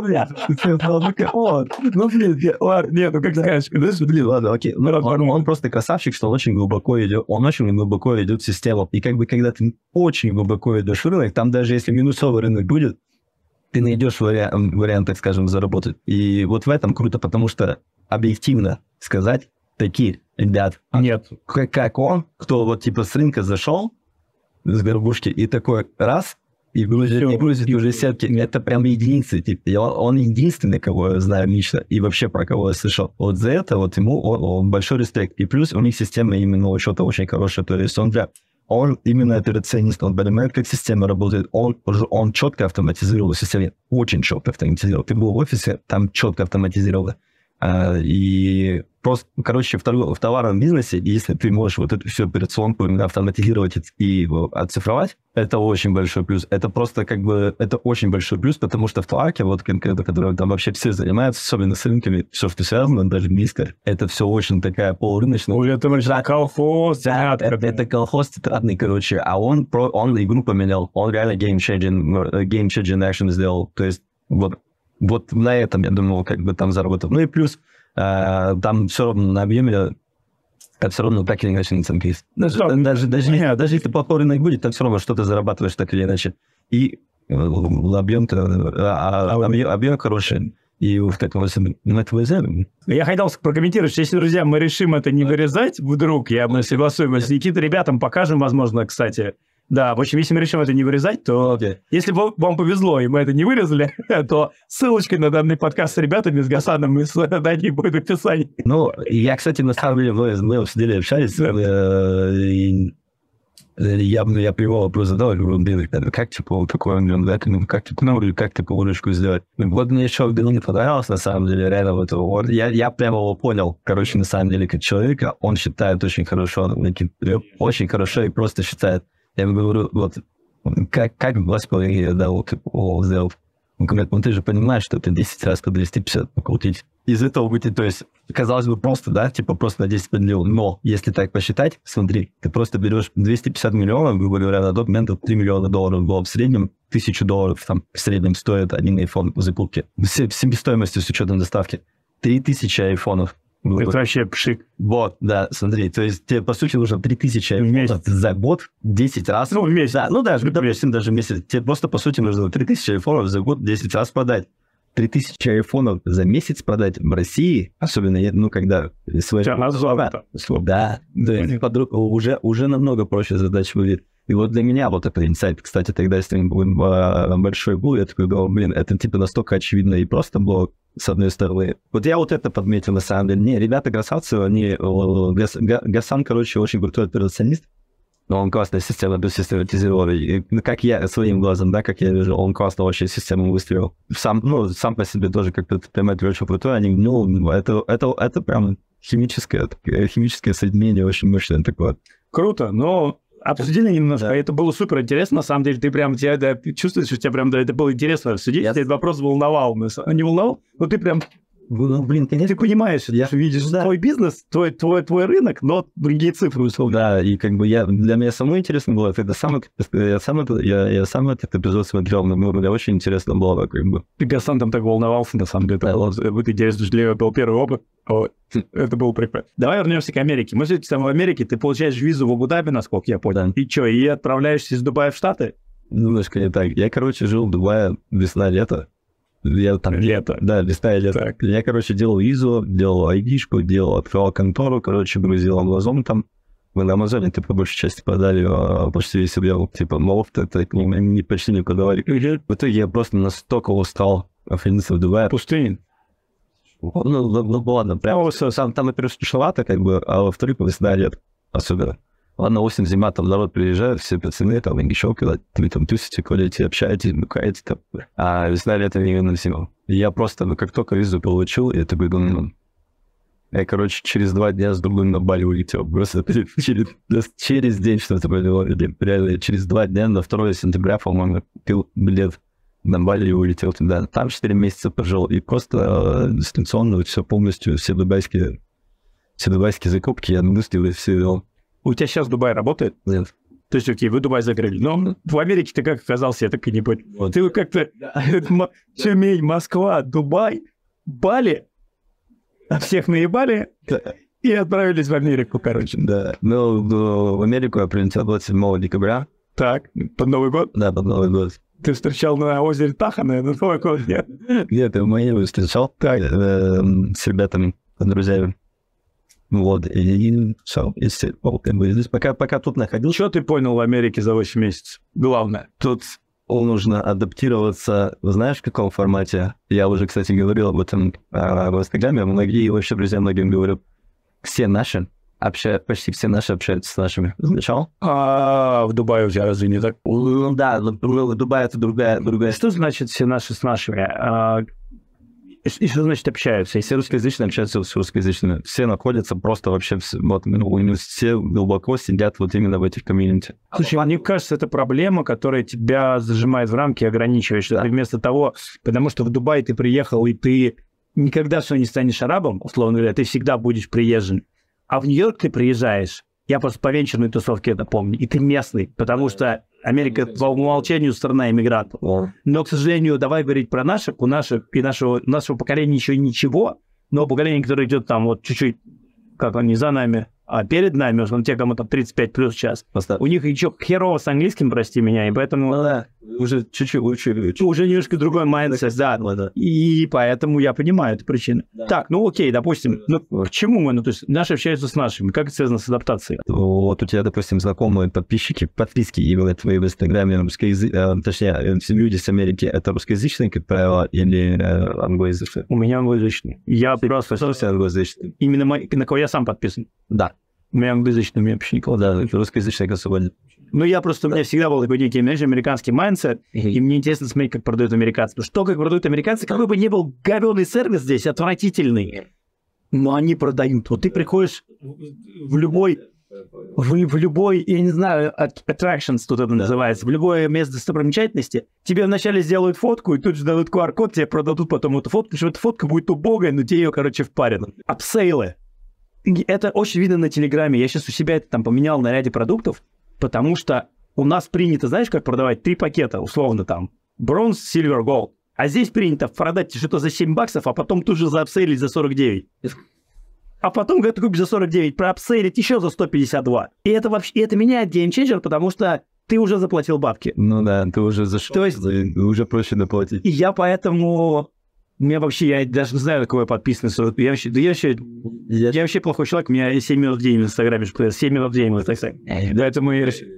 Как скажешь. Ладно, окей. Он просто красавчик, что он очень глубоко идет. Он очень глубоко идет в систему. И когда ты очень глубоко идешь в рынок, там даже если минусовый рынок будет, ты найдешь вариант, так скажем, заработать. И вот в этом круто, потому что объективно сказать, такие ребят, нет, как он, кто вот с рынка зашел, с горбушки, и такой раз, и грузит уже сетки, это прям единицы. Он единственный, кого я знаю лично, и вообще про кого я слышал. Вот за это ему большой респект. И плюс у них система именно учета очень хорошая, то есть он именно операционист, он понимает, как система работает, он четко автоматизировал систему, очень четко автоматизировал. Ты был в офисе, там четко автоматизировал. И просто, в товарном бизнесе, если ты можешь вот эту всю операционку автоматизировать и оцифровать, это очень большой плюс. Это просто это очень большой плюс, потому что в товарке, вот конкретно, которым там вообще все занимаются, особенно с рынками, все, что связано, даже близко, это все очень такая полурыночная. Уже это колхоз, это колхоз тетрадный, а он игру поменял, он реально game-changing action сделал, то есть вот на этом, я думал, там заработал. Ну и плюс, там все равно на объеме, все равно так или иначе наценка есть. Даже если плохой рынок будет, там все равно что-то зарабатываешь так или иначе. И объем хороший. И в таком смысле, я хотел прокомментировать, что если, друзья, мы решим это не вырезать вдруг, мы согласуемся с Никитой, ребятам покажем, возможно, кстати. Да, в общем, если мы решим это не вырезать, то если вам повезло, и мы это не вырезали, то ссылочка на данный подкаст с ребятами, с Гасаном и с Даней будет в описании. Я, кстати, на самом деле, мы сидели, общались, я привел вопрос задал, говорю, как такое, как такую ручку сделать? Вот мне еще не понравилось, на самом деле, реально, я прямо его понял, на самом деле, как человека, он считает очень хорошо и просто считает. Я ему говорю, как 2,5 сделал? Он говорит, ты же понимаешь, что это 10 раз по 250 покрутить. Из этого будет, то есть, казалось бы, просто, да, просто на 10 поделил. Но, если так посчитать, смотри, ты просто берешь 250 миллионов, грубо говоря, на тот момент $3 миллиона было в среднем, $1000 там в среднем стоит один iPhone по закупке. Себестоимостью с учетом доставки. 3000 айфонов. Это вообще пшик. Вот, да, смотри, то есть тебе, по сути, нужно 3000 айфонов за год 10 раз. В месяц. Да, допустим, даже в месяц. Тебе просто, по сути, нужно 3000 айфонов за год 10 раз продать. 3000 айфонов за месяц продать в России, особенно, когда... Да, уже намного проще задача будет. И вот для меня вот это инсайт, кстати, тогда с ним большой был, я такой думал, блин, это типа настолько очевидно и просто было, с одной стороны. Вот я вот это подметил на самом деле. Не, ребята красавцы, они... Гасан, короче, очень крутой операционист, но он классная система систематизировал. И, как я своим глазом, да, как я вижу, он классно вообще систему выстроил. Сам по себе тоже как предприниматель очень крутой. Они, это прям химическое соединение очень мощное такое. Круто, но обсудили немножко, да. Это было супер интересно, на самом деле, ты прям чувствуешь, что тебя прям это было интересно обсудить, этот вопрос волновал, не волновал, но ты прям... Ну, блин, конечно. Ты понимаешь, ты видишь твой бизнес, твой рынок, но другие цифры условно. Да, и как бы для меня самое интересно было, я сам этот эпизод смотрел, но мне очень интересно было, как бы. Ты Гасан там так волновался, на самом деле, это интересно, что это был первый опыт, это было прикольно. Давай вернемся к Америке. Мы все-таки там в Америке, ты получаешь визу в Абу-Даби, насколько я понял, и что, и отправляешься из Дубая в Штаты? Немножко не так. Я, короче, жил в Дубае весна-лето. Я там лето. Да, весна и лето. Так. Я, короче, делал визу, делал айдишку, открывал контору, короче, грузил Амазон там. Мы на Амазоне, по большей части продали почти весь объем, типа, лофт, это они почти не продавали. В итоге я просто настолько устал находиться в Дубае. Пустынь. Ну, ладно, прям там, например, тяжеловато, как бы, а во-вторых, весна и лето особенно. Ладно, осень, зима, там народ приезжает, все пацаны, там, еще когда вы там тусите, ходите, общаетесь, букаете, там. А весна, лето невыносимо. Я просто, как только визу получил, я такой думаю, я, короче, через 2 дня с другим на Бали улетел. Просто через день что-то было. Реально, через 2 дня, на 2 сентября, по-моему, купил билет на Бали и улетел туда. Там 4 месяца пожил, и просто дистанционно все полностью, все дубайские закупки я мыслил и все вел. У тебя сейчас Дубай работает? Нет. То есть, окей, вы Дубай закрыли. Но в Америке ты как оказался, я так и не понял. Вот. Ты как-то Тюмень, Москва, Дубай, Бали, всех наебали и отправились в Америку, короче. Да. Ну, в Америку я прилетел 27 декабря. Так, под Новый год? Да, под Новый год. Ты встречал на озере Таха, наверное, Новый год, нет? Нет, я в Майами встречал с ребятами, с друзьями. Вот, и все, пока тут находился. Что ты понял в Америке за 8 месяцев? Главное. Тут нужно адаптироваться, знаешь, в каком формате? Я уже, кстати, говорил об этом в Инстаграме, вообще друзья многим говорю. Все наши почти все наши общаются с нашими. Замечал? В Дубае у тебя разве не так? Да, в Дубае это другая. Что значит все наши с нашими? И что значит общаются? Все русскоязычные общаются с русскоязычными. Все находятся просто вообще, вот, все глубоко сидят вот именно в этих комьюнити. Слушай, мне кажется, это проблема, которая тебя зажимает в рамки и ограничивает. Что ты вместо того, потому что в Дубай ты приехал, и ты никогда все не станешь арабом, условно говоря, ты всегда будешь приезжим. А в Нью-Йорк ты приезжаешь, я просто по венчурной тусовке это помню, и ты местный, потому что Америка по умолчанию страна иммигрантов. Но, к сожалению, давай говорить про наших нашего поколения еще ничего, но поколение, которое идет там вот чуть-чуть, как он, не за нами, а перед нами, он те, кому там 35 плюс сейчас, у них еще херово с английским, прости меня, и поэтому... Уже чуть-чуть уже немножко другой майндсет, да. И поэтому я понимаю эту причину. Да. Так, ну окей, допустим, к чему мы? Ну, то есть наши общаются с нашими. Как это связано с адаптацией? Вот у тебя, допустим, знакомые подписки именно твои в Инстаграме, точнее, люди с Америки, это русскоязычные, как правило, или англоязычные? У меня англоязычные. Я просто... англоязычные. Именно на кого я сам подписан. Да. У меня англоязычный, у меня вообще никого. Да, русскоязычный особо нет. Ну, у меня всегда был такой некий, знаешь, американский майндсет, и мне интересно смотреть, как продают американцы. Потому что как продают американцы, какой бы ни был говёный сервис здесь, отвратительный, но они продают. Вот ты приходишь в любой, я не знаю, attractions тут это называется, в любое место достопримечательности, тебе вначале сделают фотку, и тут же дадут QR-код, тебе продадут потом эту фотку, потому что эта фотка будет убогая, но тебе ее, короче, впарят. Апсейлы. Это очень видно на Телеграме. Я сейчас у себя это там поменял на ряде продуктов, потому что у нас принято, знаешь, как продавать 3 пакета, условно там, бронз, silver, gold. А здесь принято продать что-то за $7, а потом тут же заапсейлить за 49. А потом, когда ты купишь за 49, проапсейлить еще за 152. И это вообще, это меняет геймченджер, потому что ты уже заплатил бабки. Ну да, ты уже зашел, то есть, уже проще доплатить. И я поэтому У меня вообще, я даже не знаю, на кого я подписан. Я вообще плохой человек, у меня 7 минут в день в Инстаграме, 7 минут в день в Инстаграме. Поэтому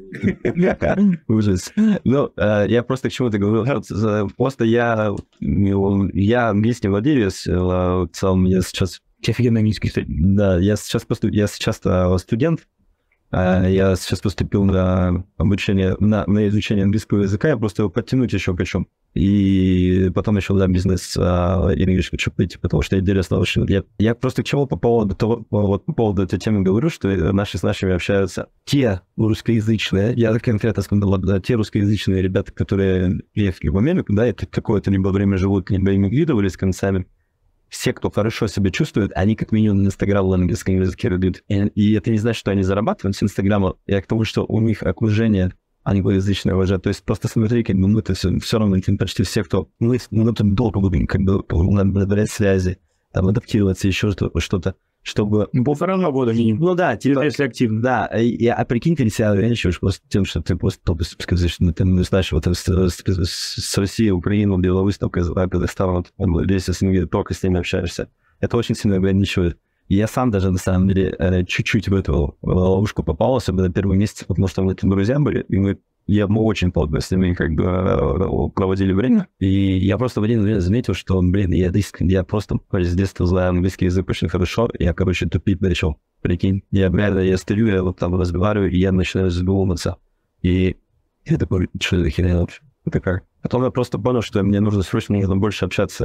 ужас. Ну, я просто к чему-то говорю. Просто я английский владелец, в целом я сейчас... Офигенно английский, кстати. Да, я сейчас студент. Я сейчас поступил на обучение, на изучение английского языка, я просто его подтянуть еще хочу. И потом еще, да, бизнес English хочу пойти, потому что интересно очень. Я просто к чему по поводу этой темы говорю, что наши с нашими общаются те русскоязычные, я конкретно сказал, да, те русскоязычные ребята, которые приехали в Америку, да, и какое-то либо время живут, либо эмигрировали с концами. Все, кто хорошо себя чувствует, они как минимум Инстаграм в английском языке ведут. И это не значит, что они зарабатывают с Инстаграма. Я к тому, что у них окружение англоязычное уже. То есть просто смотри, как бы мы-то все равно почти все, кто... Мы там долго будем как бы набирать связи, там адаптироваться, еще что-то, чтобы... 1,5 года минимум. Ну да, типа... Если активно. Да, а прикинь, ты себя ограничиваешь просто тем, что ты просто сказать, что ты знаешь, вот с Россией, Украиной, Беларусь, Казахстан, если только с ними общаешься. Это очень сильно ограничивает. И я сам даже, на самом деле, чуть-чуть в эту ловушку попал, особенно первые месяцы, потому что мы друзья были, и мы очень плотно с ними как бы проводили время. И я просто в один момент заметил, что, я просто с детства знаю английский язык очень хорошо. Я, тупить начал. Прикинь, я стою, я вот там разговариваю, и я начинаю задумываться. И я такой, что за херня вообще? Это как? Потом я просто понял, что мне нужно больше общаться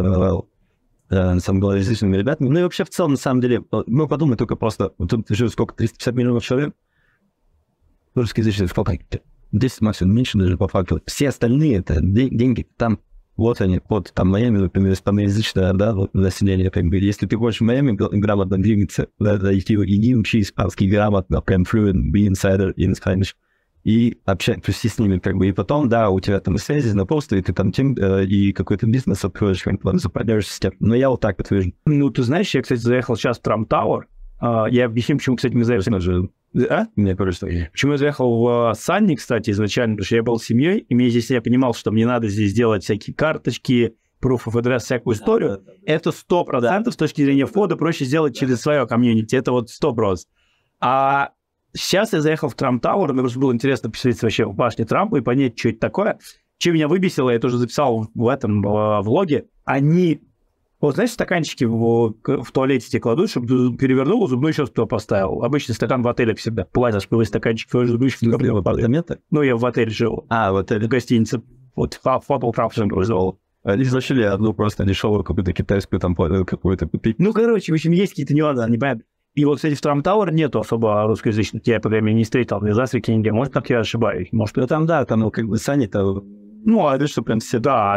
с англоязычными ребятами. Ну и вообще в целом, на самом деле, ну подумай только просто, тут живет сколько, 350 миллионов человек? Русскоязычных сколько? 10 максимум, меньше даже по факту. Все остальные это деньги, там, вот они, вот там Майами, например, испаноязычное, да, вот население, как бы, если ты хочешь в Майами грамотно двигаться, да, иди учи испанский грамотно, прям fluent, be insider in Spanish, и общаться с ними, как бы, и потом, да, у тебя там связи, знакомства, и ты там и какой-то бизнес откроешь, западешься с тем. Но я вот так вот вижу. Ну, ты знаешь, я, кстати, заехал сейчас в Трамп Тауэр, я объясню, почему, кстати, мы заехали. Мне кажется, почему я заехал в Санни, кстати, изначально, потому что я был с семьей, и мне здесь я понимал, что мне надо здесь делать всякие карточки, proof of address, всякую историю. Это 100% с точки зрения входа проще сделать через свое комьюнити. Это вот 100%. А сейчас я заехал в Трамп Тауэр, мне просто было интересно посмотреть вообще в башне Трампа и понять, что это такое. Чем меня выбесило, я тоже записал в этом влоге. Они... Вот, знаешь, стаканчики в туалете тебе кладут, чтобы ты перевернул, зубную щетку туда поставил. Обычный стакан в отелях всегда. Платишь, пивой стаканчик, твой зубную щетку. Ну, я в отеле жил. В отеле? В гостинице. Вот, фотал Трампсон произвел. Они зашли одну просто дешевую какую-то китайскую там какую-то купить. Ну, короче, в общем, есть какие-то нюансы, непонятно. И вот, кстати, в Трамп Тауэр нету особо русскоязычных. Я по времени не встретил в Африке нигде. Может, так я ошибаюсь. Может, там, да, там как бы Сани-то... Ну, а это что, прям все, да,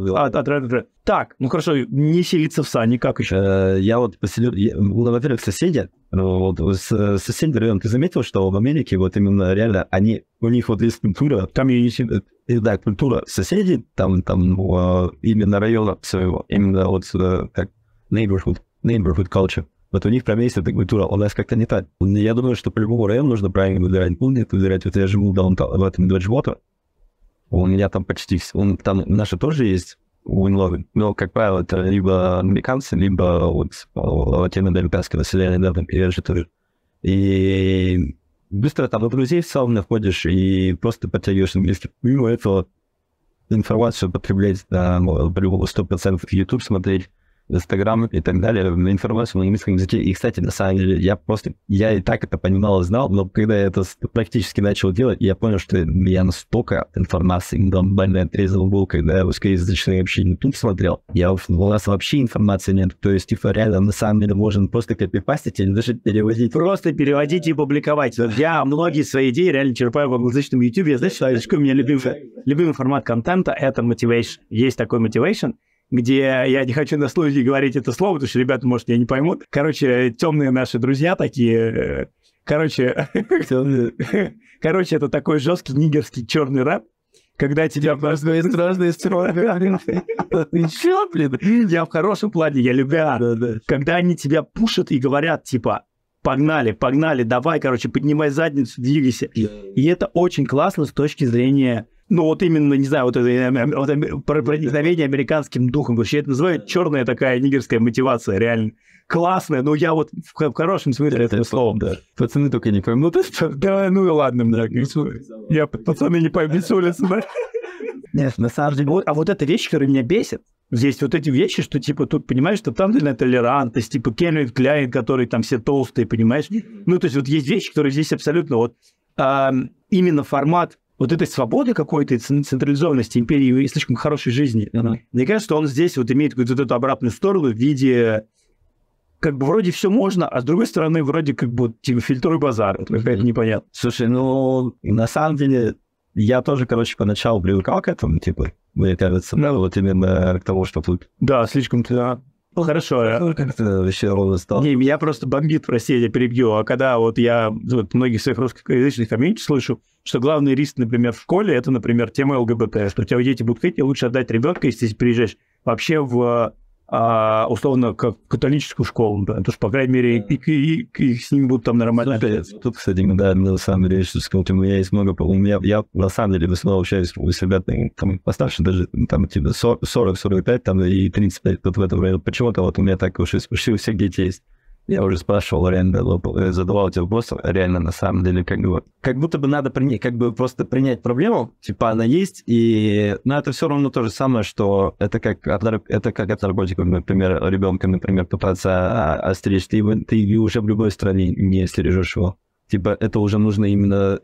так, ну хорошо, не селиться в Сане, как еще? Я вот поселил, во-первых, соседи, вот, соседний район, ты заметил, что в Америке вот именно реально у них вот есть культура, комьюнити, да, культура соседей, там именно района своего, именно вот как neighborhood culture. Вот у них прям есть эта культура, у нас как-то не так. Я думаю, что по любому району нужно правильно выбирать. Вот я живу в этом Доджвотер. У меня там почти все. Там наши тоже есть уинловы, но, как правило, это либо американцы, либо вот латиноамериканское население, да, там пережи тоже. И быстро там у друзей в целом находишь и просто подтягиваешь английский. Мимо этого информацию потреблять, да, по-любому 100% YouTube смотреть, Инстаграм и так далее, информацию на английском языке. И, кстати, на самом деле, я и так это понимал и знал, но когда я это практически начал делать, я понял, что я настолько информации глобально отрезал был, когда я русскоязычное общение тут смотрел. У нас вообще информации нет. То есть, типа, реально, на самом деле, можно просто копипастить или даже переводить. Просто переводить и публиковать. Я многие свои идеи реально черпаю в англоязычном YouTube. Я, знаешь, что у меня любимый формат контента — это motivation. Есть такой motivation, где я не хочу на случай говорить это слово, потому что ребята, может, я не поймут. Короче, темные наши друзья такие. Короче, это такой жесткий нигерский черный рэп, когда тебя разные стороны. Чё, блин? Я в хорошем плане, я люблю. Когда они тебя пушат и говорят, типа, погнали, давай, короче, поднимай задницу, двигайся. И это очень классно с точки зрения ну, вот именно, не знаю, вот это проникновение американским духом. Вообще это называют черная такая нигерская мотивация, реально. Классная, но я вот в хорошем смысле этого слова. Да. Пацаны только не поймут. Да, ну и ладно, да. Я пацаны не поймут с улицы, да? Нет, на самом деле, а вот эта вещь, которая меня бесит, здесь вот эти вещи, что, типа, тут, понимаешь, что там толерантность, типа, Кельвин Кляйн, который там все толстые, понимаешь? Ну, то есть вот есть вещи, которые здесь абсолютно вот именно формат вот этой свободы какой-то, централизованности империи и слишком хорошей жизни. Мне кажется, что он здесь вот имеет какую-то вот эту обратную сторону в виде, как бы, вроде все можно, а с другой стороны, вроде как бы, типа, фильтруй базар. Это какая-то непонятно. Слушай, ну, на самом деле, я тоже, короче, поначалу привыкал к этому, типа, мне кажется, вот именно к тому, что тут... Да, слишком-то... Ну, хорошо. Как-то вообще ровно стало. Не, меня просто бомбит, прости, я перебью. А когда вот я вот многих своих русскоязычных комьюнити слышу, что главный риск, например, в школе, это, например, тема ЛГБТ, что у тебя дети будут ходить, и лучше отдать ребенка, если ты приезжаешь вообще в, условно, как католическую школу, да, потому что, по крайней мере, и с ними будут там нормально. Тут, кстати, да, на самом деле, что сказать, у меня есть много... Я, на самом деле, в основном общаюсь с ребятами, там, постарше даже, там, типа, 40-45, там, и 35, вот в этом районе. Почему-то вот у меня так уж почти у всех детей есть. Я уже спрашивал, реально, задавал эти вопросы, реально, на самом деле, как будто бы надо принять, как бы просто принять проблему, типа, она есть, и, но это все равно то же самое, что это как от наркотиков, например, ребенка, например, пытаться остеречь, ты уже в любой стране не стережешь его. Типа, это уже нужно именно,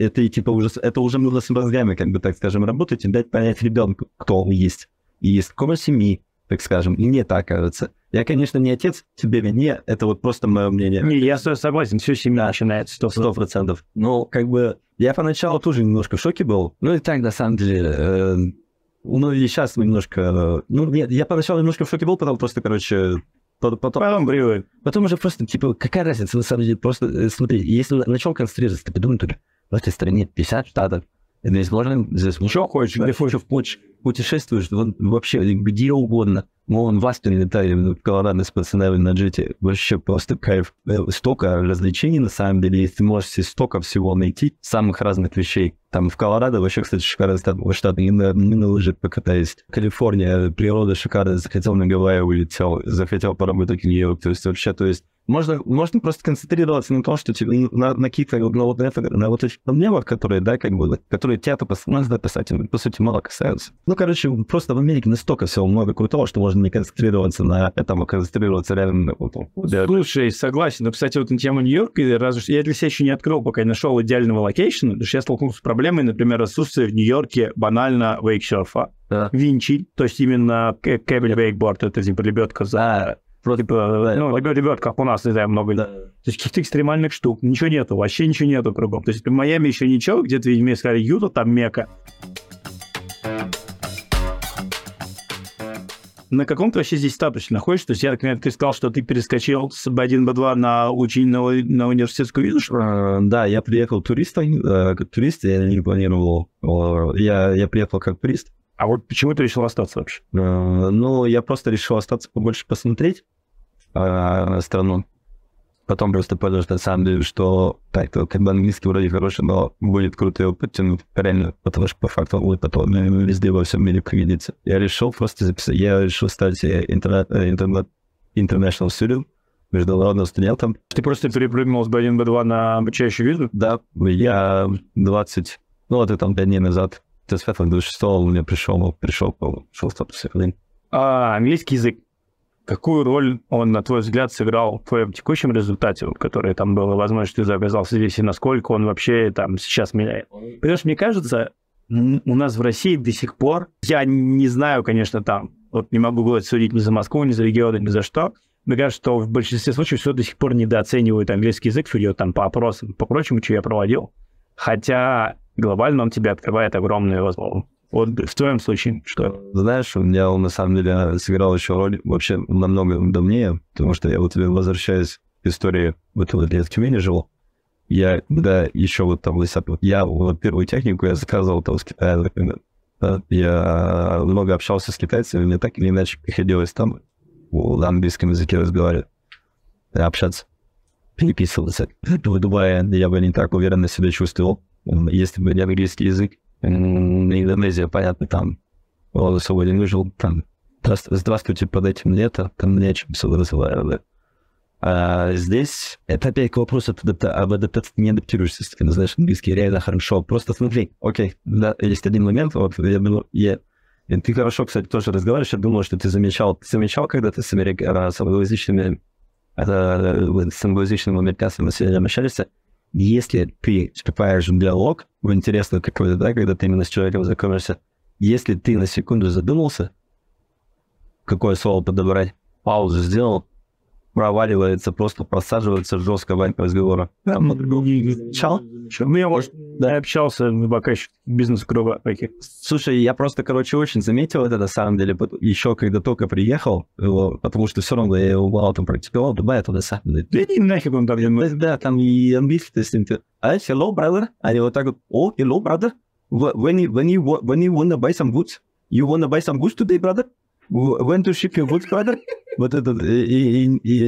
это уже нужно с мозгами, как бы, так скажем, работать и дать понять ребенку, кто он есть, и из какой семьи, так скажем, и мне так кажется. Я, конечно, не отец, тебе не, это вот просто мое мнение. Не, я согласен, все семья начинается 100%. Ну, как бы, я поначалу тоже немножко в шоке был. Ну, и так, на самом деле, ну, и сейчас немножко... Ну, нет, я поначалу немножко в шоке был, потом просто, короче... Потом привык. Потом уже просто, типа, какая разница, на самом деле, просто, смотри, если на чем концентрироваться, ты подумай только, в этой стране 50 штатов, здесь можно, здесь ничего хочешь, где хочешь, путешествуешь, вообще где угодно. Вон в Астон летали, в Колорадо с пацанами на джете. Вообще просто кайф. Столько развлечений, на самом деле, если ты можешь себе столько всего найти, самых разных вещей. Там в Колорадо вообще, кстати, шикарный штат. Не на лыжах покатаюсь. Калифорния, природа шикарная. Захотел на Гавайи улетел, захотел поработать в Нью-Йорк. То есть вообще, то есть можно просто концентрироваться на том, что тебе на каких-то на вот этих проблемах, которые, да, как бы, которые тебя-то надо писать, по сути, мало касаются. Ну, короче, просто в Америке настолько всего много крутого, что можно не концентрироваться на этом, а концентрироваться реально на этом. Слушай, согласен. Но, кстати, вот на тему Нью-Йорка, разве что я для себя еще не открыл, пока не нашел идеального локейшена, потому что я столкнулся с проблемой, например, отсутствия в Нью-Йорке банально вейксерфа. Да. Винчи, то есть именно кэбель-вейкборд, это типа лебедка за... Типа, ну, лебедка, как у нас, не знаю, много. Да. То есть каких-то экстремальных штук. Ничего нету, вообще ничего нету кругом. То есть в Майами еще ничего, где-то, видимо, сказали, Юта, там Мека. На каком ты вообще здесь статусе находишься? То есть я, например, ты сказал, что ты перескочил с B1, B2 на учение на университетскую визу? Да, я приехал туристом, как турист, я не планировал. Я приехал как турист. А вот почему ты решил остаться вообще? Ну, я просто решил остаться побольше посмотреть страну. Потом просто понял, что на самом деле, что так, как бы английский вроде хороший, но будет круто его подтянуть, реально, потому что по факту он будет потом везде во всем мире пригодится. Я решил просто записать, я решил стать international student, международным студентом. Ты просто перепрыгнул с B1, B2 на обучающую визу? Да, я 20, ну вот это там 5 дней назад, 25-26 у меня пришел статус. Английский язык. Какую роль он, на твой взгляд, сыграл в твоем текущем результате, который там был, возможно, что ты оказался здесь, и насколько он вообще там сейчас меняет? Потому что, мне кажется, у нас в России до сих пор, я не знаю, конечно, там, вот не могу говорить, судить ни за Москву, ни за регионы, ни за что, мне кажется, что в большинстве случаев все до сих пор недооценивают английский язык, судя там по опросам, по прочему, что я проводил. Хотя глобально он тебе открывает огромные возможности. Вот в твоем случае что? Знаешь, у меня он на самом деле сыграл еще роль вообще намного давнее, потому что я вот возвращаюсь к истории, вот я в Тюмени жил, я когда еще вот там я вот первую технику я заказывал там с Китая, например. Я много общался с китайцами, мне так или иначе приходилось там на английском языке разговаривать, общаться, переписываться. В Дубае я бы не так уверенно себя чувствовал, если бы не английский язык. Индонезия, понятно, там он сегодня выжил, там, здравствуйте, подайте мне это, там нечем все разговаривали. А здесь, это опять к вопросу об адаптации, не адаптируешься, если ты не знаешь английский реально хорошо. Просто смотри, окей, да, есть один момент, вот, я думаю, ты хорошо, кстати, тоже разговариваешь, я думаю, что ты замечал, когда ты с англоязычными американцами населением общаешься, если ты вступаешь в диалог, в интересный какой-то, да, когда ты именно с человеком знакомишься, если ты на секунду задумался, какое слово подобрать, паузу сделал, проваливается, просто просаживается жестко в разговора. Чал? Ну, я, может, да, общался, пока еще бизнес-круга таких. Слушай, я просто, очень заметил это, на самом деле, еще когда только приехал, потому что все равно я его мало там практиковал, Дубай, это на самом деле. Да не нафиг он там. Да, там и английский, то есть, hello, brother, они вот так вот, hello, brother, when you wanna buy some goods, you wanna buy some goods today, brother? When to ship your goods, brother? Вот этот и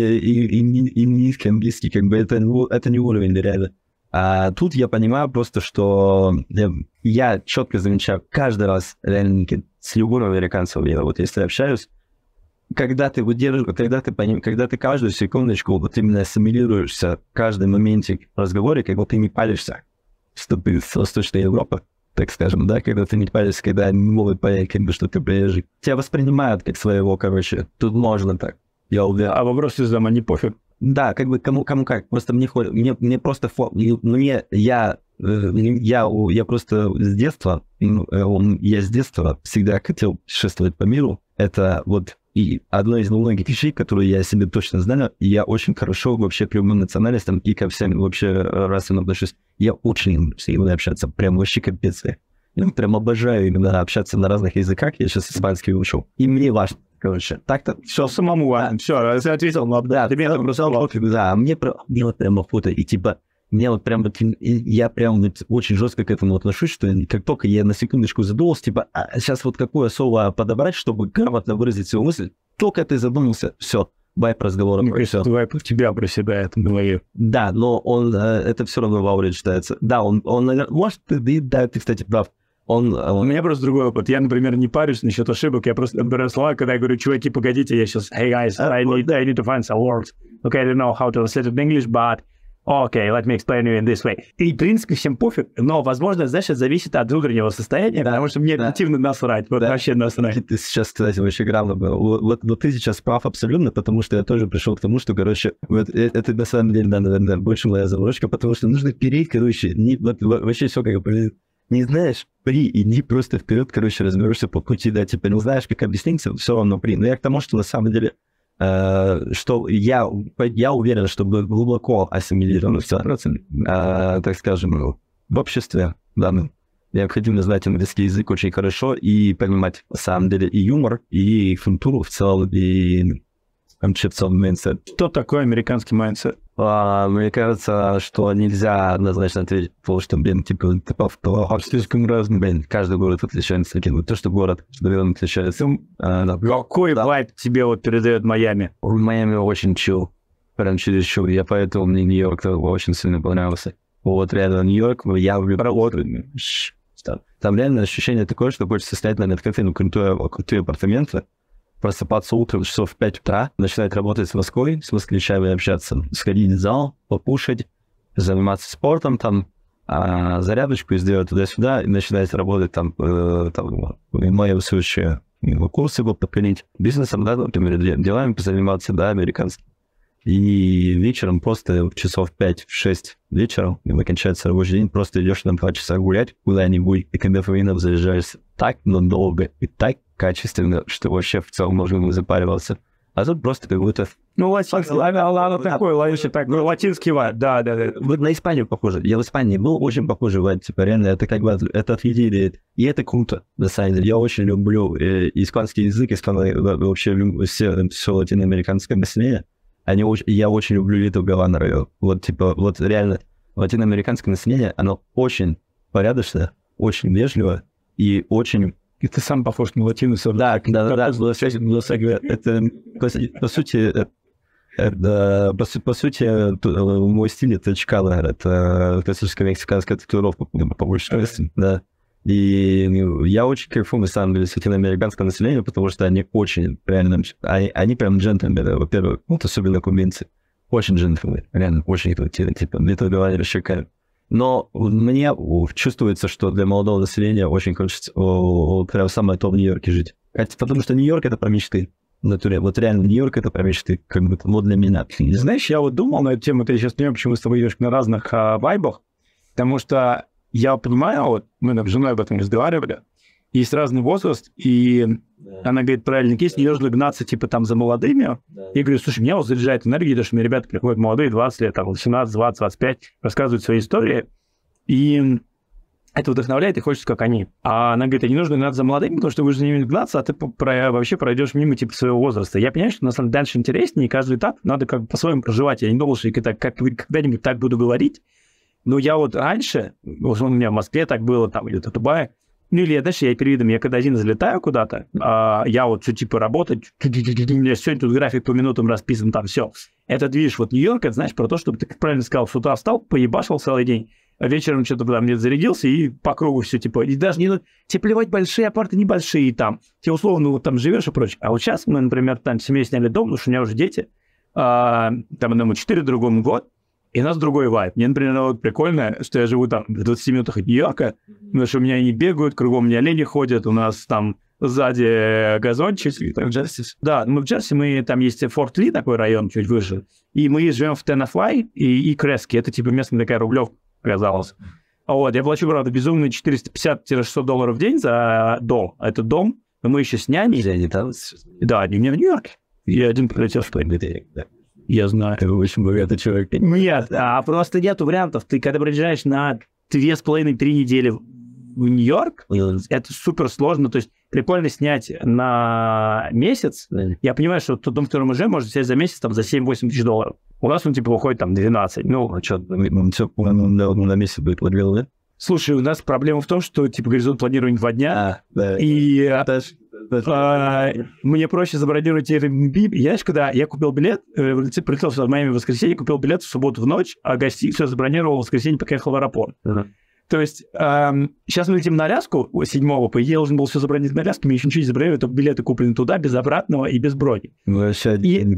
низкий английский, как бы это не уровень реально. А тут я понимаю просто, что я четко замечаю каждый раз реально с любым американцем, вот если общаюсь, когда ты выдерживаешь, когда ты каждую секундочку вот именно ассимилируешься в каждом моменте разговора, как будто ты не палишься, что ты с Восточной Европы, так скажем, да, когда ты не паришься, когда они могут понять, как бы, что ты приезжий. Тебя воспринимают как своего, тут можно так, я уверен. А вопрос из дома не пофиг. Да, как бы кому как, просто мне просто, я просто с детства, я с детства всегда хотел путешествовать по миру, это вот и одно из многих вещей, которые я себе точно знаю, и я очень хорошо вообще к любым национальностям и ко всем вообще расам отношусь. Я очень люблю с ними общаться, прям вообще капец. Я прям обожаю именно общаться на разных языках, я сейчас испанский учу. И мне важно, так-то все самому, все, я ответил, но да, ты меня бросал. Да, мне вот прям охота, и типа, мне вот прям, я прям очень жестко к этому отношусь, что как только я на секундочку задумался, типа, сейчас вот какое слово подобрать, чтобы грамотно выразить свою мысль, только ты задумался, все, вайп разговора. Вайп тебя проседает в голове. Да, но он, это все равно в ауре читается. Да, он может, да, ты, кстати, прав. У меня просто другой опыт. Я, например, не парюсь насчет ошибок. Я просто отбираю слова, когда я говорю, чуваки, погодите, я сейчас, hey guys, I need to find some words. Okay, I don't know how to translate it in English, but okay, let me explain you in this way. И, в принципе, всем пофиг, но, возможно, знаешь, это зависит от внутреннего состояния, потому что мне активно насрать, вот вообще насрать. Ты сейчас, кстати, вообще грамотно был. Вот ты сейчас прав абсолютно, потому что я тоже пришел к тому, что, вот это на самом деле, да, наверное, больше моя заморочка, потому что нужно перейти, вообще все как бы... Не знаешь, иди просто вперед, разберешься по пути, да, типа, не знаешь, как объяснить, все равно но я к тому, что на самом деле, что я уверен, что глубоко ассимилирован, так скажем, в обществе, да, необходимо знать английский язык очень хорошо и понимать, на самом деле, и юмор, и культуру в целом, и вообще в целом mindset. Что такое американский mindset? Мне кажется, что нельзя однозначно ответить, потому что, типа слишком разный, каждый город отличается. То, что город отличается. Какой вайб тебе вот передает Майами? В Майами очень chill, прям чересчур. Поэтому мне Нью-Йорк очень сильно понравился. Вот реально Нью-Йорк, я люблю. Там реально ощущение такое, что хочется снять, наверное, в кафе, крутые апартаменты, просыпаться утром часов в 5 утра, начинать работать с Москвой, с москвичами общаться, сходить в зал, покушать, заниматься спортом, там, зарядочку сделать туда-сюда, и начинать работать там в моем случае, курсы попилить, бизнесом, да, например, делами позаниматься, да, американским. И вечером просто часов 5-6 вечера, когда кончается рабочий день, просто идешь на 2 часа гулять куда-нибудь, и когда дофамином заряжаешься так надолго и так качественно, что вообще в целом можно не запариваться. А тут просто как-то... латинский вайб, да. Вот на Испанию похоже. Я в Испании был, очень похожий вайб, типа реально, это как бы, это отличие, и это круто, на самом деле. Я очень люблю испанский язык, вообще все латиноамериканское население. Я очень люблю Литу Гавана. Вот реально, латиноамериканское население, оно очень порядочное, очень вежливое и очень... И ты сам похож на латиноса. Да. Это, по сути, мой стиль — это чикало, это классическая мексиканская татуировка, по большей части, да. И я очень кайфую, на самом деле, с латиноамериканского населения, потому что они очень, реально, они прям джентльмены, во-первых, вот особенно кубинцы. Очень джентльмены, реально, очень, типа, мне это говорили, шикарно. Но мне чувствуется, что для молодого населения очень хочется прям самое то в Нью-Йорке жить. Потому что Нью-Йорк — это про мечты. Вот реально, Нью-Йорк — это про мечты, как бы, вот для меня. Знаешь, я вот думал на эту тему, ты сейчас понимаешь, почему мы с тобой идешь на разных вайбах, потому что я понимаю, вот мы с женой об этом разговаривали, есть разный возраст, и она говорит, правильно, если не нужно гнаться, типа, там, за молодыми, я говорю, слушай, меня вот заряжает энергия, потому что мне ребята приходят молодые, 20 лет, там, 18, 20, 25, рассказывают свои истории, и это вдохновляет, и хочется, как они. А она говорит, не нужно гнаться за молодыми, потому что вы же за ними гнаться, а ты вообще пройдешь мимо, типа, своего возраста. Я понимаю, что, на самом деле, дальше интереснее, и каждый этап надо как бы по-своему проживать. Я не думал, что я когда-нибудь так буду говорить, но я вот раньше, вот у меня в Москве так было, там, где-то в Дубае, ну, или я дальше, я перевидом, я когда один залетаю куда-то, я вот что, типа, работать, у меня сегодня тут график по минутам расписан, там, все. Это движ, вот Нью-Йорк, это, знаешь, про то, чтобы ты, как правильно сказал, с утра встал, поебашил целый день, а вечером что-то там где-то зарядился, и по кругу все, типа, и даже не тебе плевать, большие апарты, небольшие там, тебе условно вот там живешь и прочее. А вот сейчас мы, например, там в семье сняли дом, потому что у меня уже дети, там одному 4, другому год, и у нас другой вайб. Мне, например, вот прикольно, что я живу там в 20 минутах от Нью-Йорка, потому что у меня они бегают, кругом у меня олени ходят, у нас там сзади газончик. В Джерси? Да, мы в Джерси, там есть Форт Ли, такой район чуть выше, и мы живем в Тенафлай и Крески. Это типа местная такая рублевка оказалась. Вот, я плачу, правда, безумные $450-600 в день за дом. Это дом, но мы еще с няней. Да, они у меня в Нью-Йорке. Я один прилетел в Плейн. Я знаю. Ты очень богатый человек. Нет, просто нету вариантов. Ты когда приезжаешь на 2,5-3 недели в Нью-Йорк, это супер сложно. То есть прикольно снять на месяц. Я понимаю, что тот дом, в котором мы живем, можно снять за месяц там, за 7-8 тысяч долларов. У нас он типа выходит там 12. Ну, что, на месяц будет подвел, да? Слушай, у нас проблема в том, что типа горизонт планирования 2 дня. И мне проще забронировать Airbnb. Знаешь, когда я купил билет, прилетел в Майами в воскресенье, купил билет в субботу в ночь, а гостей все забронировал в воскресенье, пока ехал в аэропорт. То есть сейчас мы летим на Аляску 7-го, по идее, должен был все забронировать на Аляске, мы еще ничего не забронировали, только билеты куплены туда, без обратного и без брони. И мы с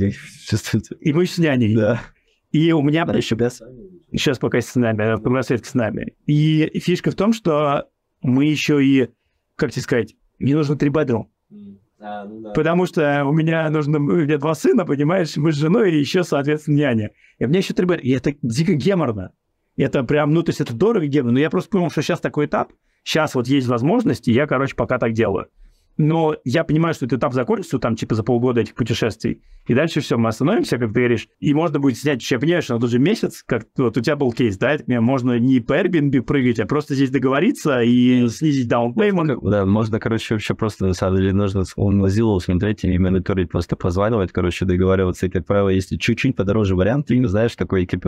няней. Да. И у меня... Сейчас пока с нами, кругосветка с нами. И фишка в том, что мы еще и, как тебе сказать, мне нужно 3 bedroom. Потому что у меня 2 сына, понимаешь, мы с женой и еще, соответственно, няня. И у меня еще 3 bedroom. И это дико геморно. Это прям, то есть это дорого геморно. Но я просто понял, что сейчас такой этап, сейчас вот есть возможность, и я, пока так делаю. Но я понимаю, что этот этап закончится, там, типа, за полгода этих путешествий. И дальше все, мы остановимся, как ты говоришь, и можно будет снять, я понимаю, что на тот же месяц, как вот у тебя был кейс, да, это можно не по Airbnb прыгать, а просто здесь договориться и снизить даунпеймент. Да, можно, вообще просто, на самом деле, нужно он Zillow смотреть и мониторить, просто позванивать, договариваться. И, как правило, если чуть-чуть подороже вариант, ты знаешь, такой, типа,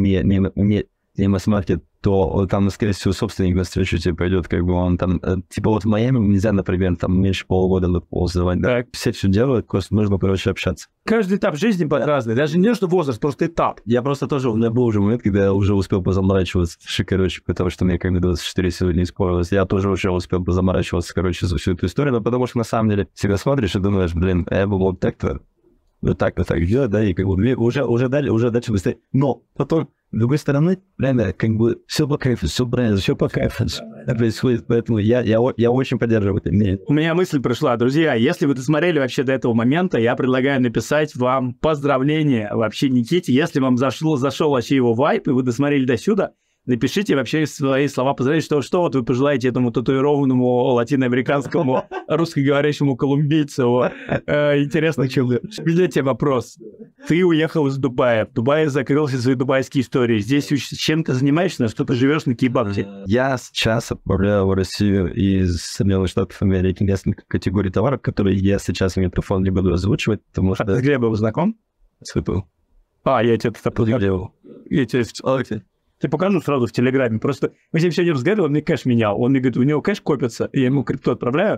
не масс-маркет, то там, скорее всего, собственник навстречу тебе пойдет, он там, типа, вот в Майами нельзя, например, там меньше полугода сдавать, да, все делают, просто нужно, общаться. Каждый этап жизни разный, даже не что возраст, просто этап. Я просто тоже, у меня был уже момент, когда я уже успел позаморачиваться, потому что мне 24 сегодня исполнилось, я тоже уже успел позаморачиваться, за всю эту историю, но потому что, на самом деле, всегда смотришь и думаешь, я бы вот так-то делать, да, и уже дальше быстрее, но потом, с другой стороны, реально, все по кайфу, все правильно, все по кайфу происходит, поэтому я очень поддерживаю это мнение. У меня мысль пришла, друзья, если вы досмотрели вообще до этого момента, я предлагаю написать вам поздравления вообще Никите, если вам зашел вообще его вайп, и вы досмотрели до сюда, напишите вообще свои слова поздравления, что вот вы пожелаете этому татуированному латиноамериканскому русскоговорящему колумбийцу. Интересно, чем вы... У меня тебе вопрос. Ты уехал из Дубая. В Дубае закрылся свои дубайские истории. Здесь чем ты занимаешься, на что ты живешь, на какие бабки? Я сейчас отправляю в Россию из Соединенных Штатов Америки несколько категорий товаров, которые я сейчас в микрофон не буду озвучивать, потому что... С Глебом знаком? С ВПУ. Я тебе это подглядел. Я тебе покажу сразу в Телеграме. Просто мы с ним сегодня разговаривали, он мне кэш менял. Он мне говорит, у него кэш копится, я ему крипту отправляю.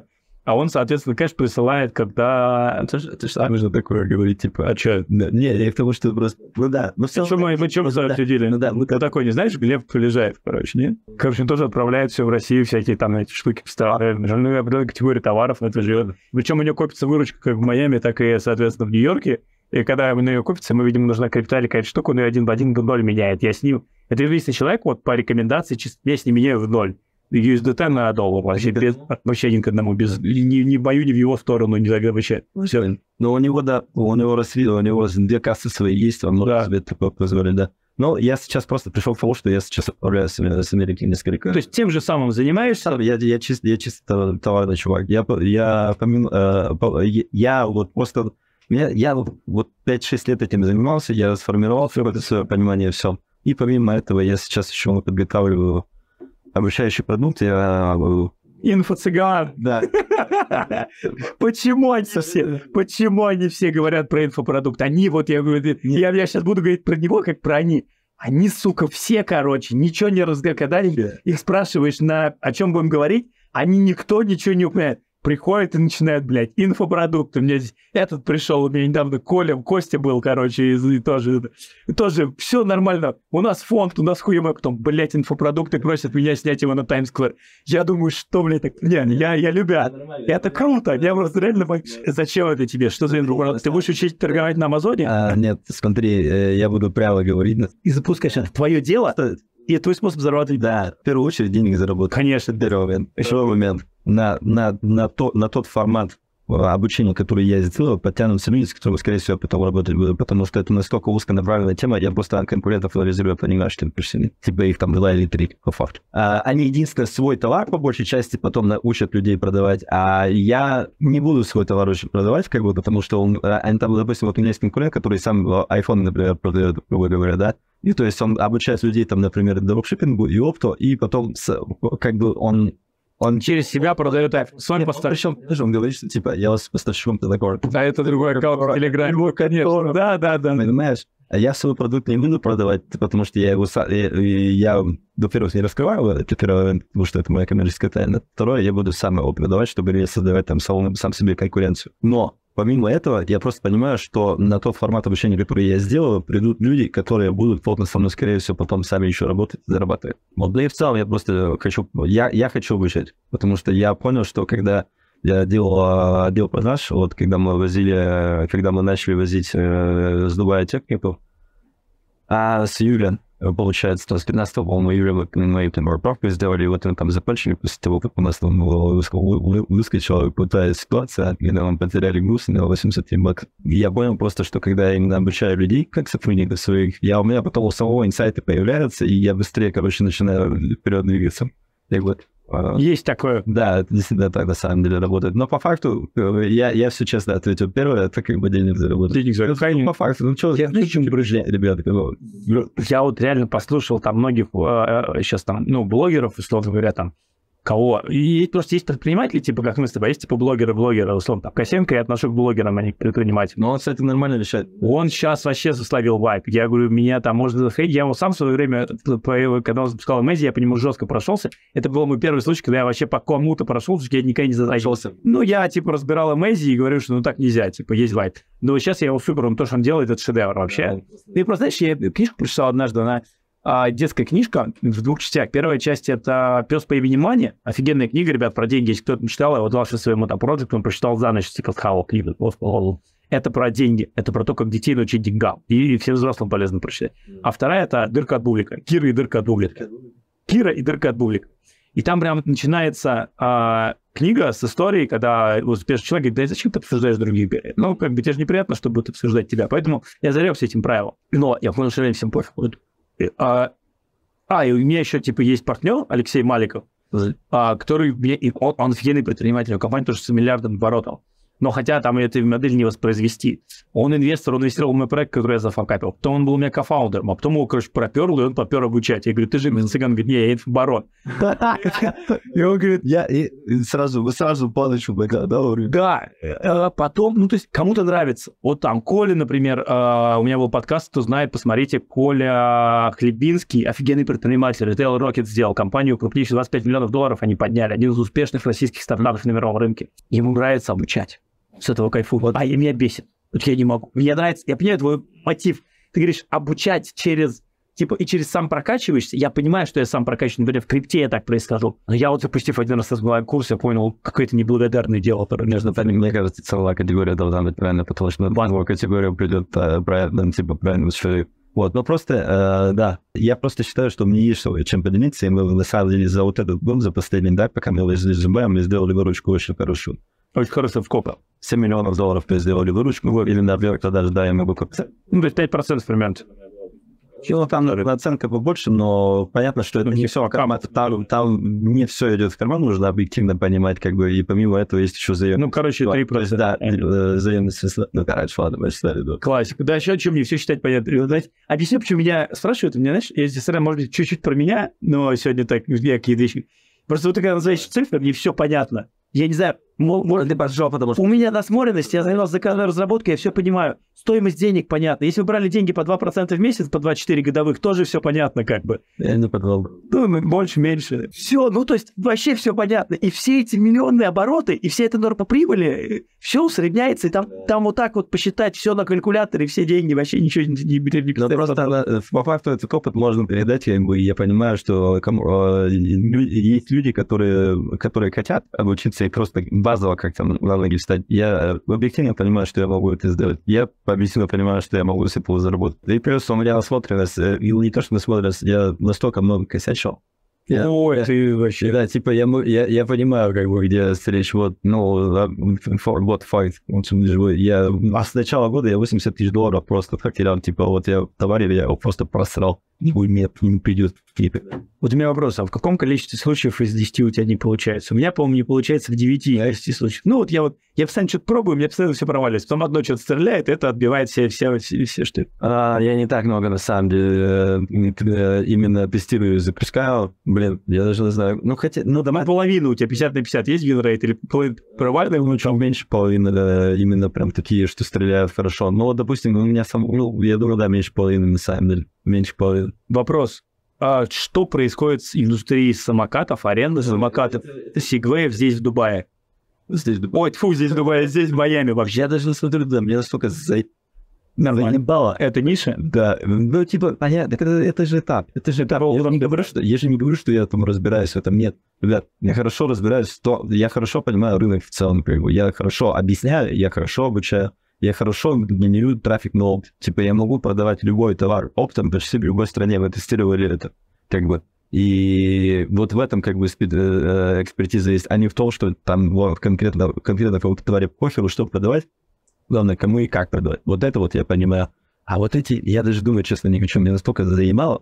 а он, соответственно, кэш присылает, когда... Это ж нужно такое говорить, типа... А что? Не, я к тому, что просто... Ну да, ну все... Что мы обсудили? Ну да, Ты такой, не знаешь, Глеб Полежаев, короче, нет? Короче, он тоже отправляет все в Россию, всякие там эти штуки в страны, определенной категории товаров, это же... Причем у него копится выручка как в Майами, так и, соответственно, в Нью-Йорке. И когда у нее купится, мы видим, нужна крипта или какая-то штука, он ее один в один в ноль меняет. Я с ним... Это единственный человек, вот по рекомендации, чисто я с ним меняю в ноль. USDT на доллар, вообще, вообще один к одному, без, ни в мою, ни в его сторону, не вообще. Все. Но у него, да, у него 2 кассы свои есть, он может себе такое позволить, да. Но я сейчас просто пришел к тому, что я сейчас отправляю с Америки несколько... То есть тем же самым занимаешься? Я чисто товарный чувак. Я вот просто... Я вот 5-6 лет этим занимался, я сформировал свое понимание, все. И помимо этого я сейчас еще подготавливаю обучающий продукт. Инфо-цыган. Да. Почему они все говорят про инфопродукт? Они, вот я говорю, я сейчас буду говорить про него, как про они. Они, сука, все, короче, ничего не разговаривают. Когда их спрашиваешь, о чем будем говорить, они никто ничего не упоминает. Приходят и начинают, блядь, инфопродукты. У меня здесь этот пришел, у меня недавно Костя был, короче, и тоже все нормально. У нас фонд, у нас хуемой, потом, блядь, инфопродукты просят меня снять его на Таймс-сквер. Я думаю, что, блядь, так... Не, я люблю. Это круто. Я просто реально... Зачем это тебе? Что за инфопродукты? Ты будешь учить торговать на Амазоне? Нет, смотри, я буду прямо говорить. И запускай сейчас. Твое дело... И твой способ зарабатывать. Да, в первую очередь деньги заработать. Конечно. Первый момент. Второй момент. На тот формат обучения, который я сделал, подтянутся люди, с которыми, скорее всего, я потом работать буду, потому что это настолько узконаправленная тема, я просто конкурентов анализирую, понимаю, что типа их там 2 или 3, по факту. Они единственное свой товар, по большей части, потом учат людей продавать, а я не буду свой товар очень продавать, как бы, потому что они там, допустим, вот у меня есть конкурент, который сам iPhone, например, продает, грубо говоря, да, и то есть он обучает людей, там, например, дропшиппингу и опту, и потом, как бы, он через себя продает iPhone. С вами поставщиком. Он говорит, что типа я вас поставщиком такой. А это другой аккаунт в Телеграме. Конечно. Да. Понимаешь? А я свой продукт не буду продавать, потому что я его во-первых, не раскрываю, это первый момент, потому что это моя коммерческая тайна. Второе, я буду сам его продавать, чтобы не создавать там сам себе конкуренцию. Но помимо этого, я просто понимаю, что на тот формат обучения, который я сделал, придут люди, которые будут плотно со мной, скорее всего, потом сами еще работать и зарабатывать. Вот, да и в целом я просто хочу... Я хочу обучать, потому что я понял, что когда я делал отдел продаж, вот когда мы начали возить с Дубая технику, а с июля, получается, с 15 июля мы там отправку сделали, и вот мы там закончили после того, как у нас там выскочила крутая ситуация, когда мы потеряли груз на 87 баксов. Я понял просто, что когда я именно обучаю людей, как сотрудников своих, у меня потом у самого инсайты появляются, и я быстрее, короче, начинаю вперед двигаться. И вот. Есть такое. Да, это действительно так на самом деле работает. Но по факту, я все честно ответил. Первое, это как бы денег заработать. Денег заработать. По факту, ну что, ребята. Я вот реально послушал там многих сейчас там, блогеров, условно говоря, там, кого. И просто есть предприниматели, типа, как мы с тобой, есть типа блогеры, условно, там, Косенко, я отношу к блогерам, а не к предпринимателям. Но он, кстати, нормально решает. Он сейчас вообще засловил вайп. Я говорю, меня там можно заходить. Я его сам в свое время, когда он запускал Мэзи, я по нему жестко прошелся. Это был мой первый случай, когда я вообще по кому-то прошел, потому что я никогда не затрагивался. Я, типа, разбирал Мэзи и говорю, что так нельзя, типа, есть вайп. Но сейчас я его супер, то, что он делает, это шедевр вообще. Ты просто, знаешь, я книжку прочитал однажды, она детская книжка в 2 частях. Первая часть — это «Пес по имени Мани». Офигенная книга, ребят, про деньги. Если кто-то не читал, я вот дал своему там проекту, он прочитал за ночь, типа, схавал книгу. Это про деньги, это про то, как детей научить деньгам. И всем взрослым полезно прочитать. А вторая — это «Дырка от бублика». Кира и дырка от бублика. Кира и дырка от бублика. И там прям начинается книга с историей, когда успешный человек говорит, да зачем ты обсуждаешь других? Как бы тебе же неприятно, что будут обсуждать тебя. Поэтому я зарекся этим правилом. Но я понял, что всем пофиг. И у меня еще, типа, есть партнер Алексей Маликов, который, он офигенный предприниматель, у компании тоже с миллиардом оборотов. Но хотя там эту модель не воспроизвести. Он инвестор, он инвестировал в мой проект, который я зафакапил. Потом он был у меня кофаундером, а потом его, короче, проперло, и он попер обучать. Я говорю, ты же цыган, говорит, не, я инфобарон. И он говорит, вы сразу планочку говорю. да, потом, ну, то есть, кому-то нравится. Вот там Коля, например, у меня был подкаст, кто знает, посмотрите, Коля Хлебинский, офигенный предприниматель, Retail Rocket сделал компанию, крупнейшую, $25 миллионов они подняли, один из успешных российских стартапов на мировом рынке. Ему нравится обучать. С этого кайфу. Вот. И меня бесит. Вот я не могу. Мне нравится, я понимаю твой мотив. Ты говоришь, обучать через, типа, и через сам прокачиваешься. Я понимаю, что я сам прокачиваюсь. Например, в крипте я так происхожу. Но я вот, запустив один раз онлайн-курс, я понял, какое-то неблагодарное дело. Мне кажется, целая категория должна быть правильно, потому что на банковую категорию придет правильно, типа, правильно человек. Вот, но просто, да, я просто считаю, что мне есть чем поделиться, и мы, на самом деле, за вот этот год, за последний, да, пока мы лезли с ЖБ, мы сделали выручку очень хорошую. Очень хорошо вкопа. $7 миллионов мы сделали выручку, или, например, тогда же, да, я могу купить. Ну, то есть 5% примерно. Там оценка побольше, но понятно, что это не все. Там не все идет в карман, нужно объективно понимать, как бы, и помимо этого есть еще заемность. Ну, короче, 3%. Да, заемность. Ну, короче, ладно, классика. Да, еще чем мне все считать понятно. Знаете, объясню, почему меня спрашивают. У меня, знаешь, я здесь, может быть, чуть-чуть про меня, но сегодня так, я какие-то вещи. Просто вот когда называешь цифры, мне все понятно. Я не знаю, может, ты пошел, потому что у меня насмотренность, я занимался заказной разработкой, я все понимаю. Стоимость денег понятна. Если вы брали деньги по 2% в месяц, по 24 годовых, тоже все понятно как бы. Я не подвал. Ну, больше, меньше. Все, ну, то есть, вообще все понятно. И все эти миллионные обороты, и вся эта норма прибыли, все усредняется, и там вот так вот посчитать все на калькуляторе, все деньги, вообще ничего не просто по факту этот опыт можно передать, как бы, я понимаю, что есть люди, которые хотят обучиться и просто базово как-то на ноги встать. Я объективно понимаю, что я могу это сделать. Я объективно понимаю, что я могу с этого заработать. И плюс у меня насмотренность, и не то, что насмотренность, я настолько много косячил. Ой, ты вообще... Да, типа, я понимаю, как бы, где речь, вот, ну, вот, fight. А с начала года я $80 тысяч просто потерял, типа, вот я товарил, я его просто просрал. Мне не придет. Вот у меня вопрос, а в каком количестве случаев из 10 у тебя не получается? У меня, по-моему, не получается в 9 из 10 случаев. Ну, вот я постоянно что-то пробую, у меня постоянно все проваливается. Потом одно что-то стреляет, это отбивает все что... Я не так много, на самом деле, именно тестирую и запускаю. Блин, я даже не знаю. Ну, хотя... Ну, давай половину у тебя 50/50 есть винрейт или провальный? Ну, чем меньше половины, да, именно прям такие, что стреляют хорошо. Но, допустим, у меня я думаю, да, меньше половины, на самом деле. Меньше половины. Вопрос. А что происходит с индустрией самокатов, аренды самокатов, сегвеев здесь, в Дубае? Здесь в Дубае. Ой, тьфу, здесь в Дубае, здесь в Майами вообще. Я даже не смотрю, да, мне настолько заебало. Это ниша? Да, ну, типа, понятно, это же этап. Это же этап. Я же не говорю, что я там разбираюсь в этом. Нет, ребят, я хорошо разбираюсь, я хорошо понимаю рынок в целом. Я хорошо объясняю, я хорошо обучаю. Я хорошо генерирую трафик на опыт. Типа, я могу продавать любой товар оптом почти в любой стране. Мы тестировали это, как бы. И вот в этом, как бы, экспертиза есть, а не в том, что там вот, конкретно в каком-то товаре похеру, что продавать. Главное, кому и как продавать. Вот это вот я понимаю. А вот эти, я даже думаю, честно, ни о чем. Меня настолько занимало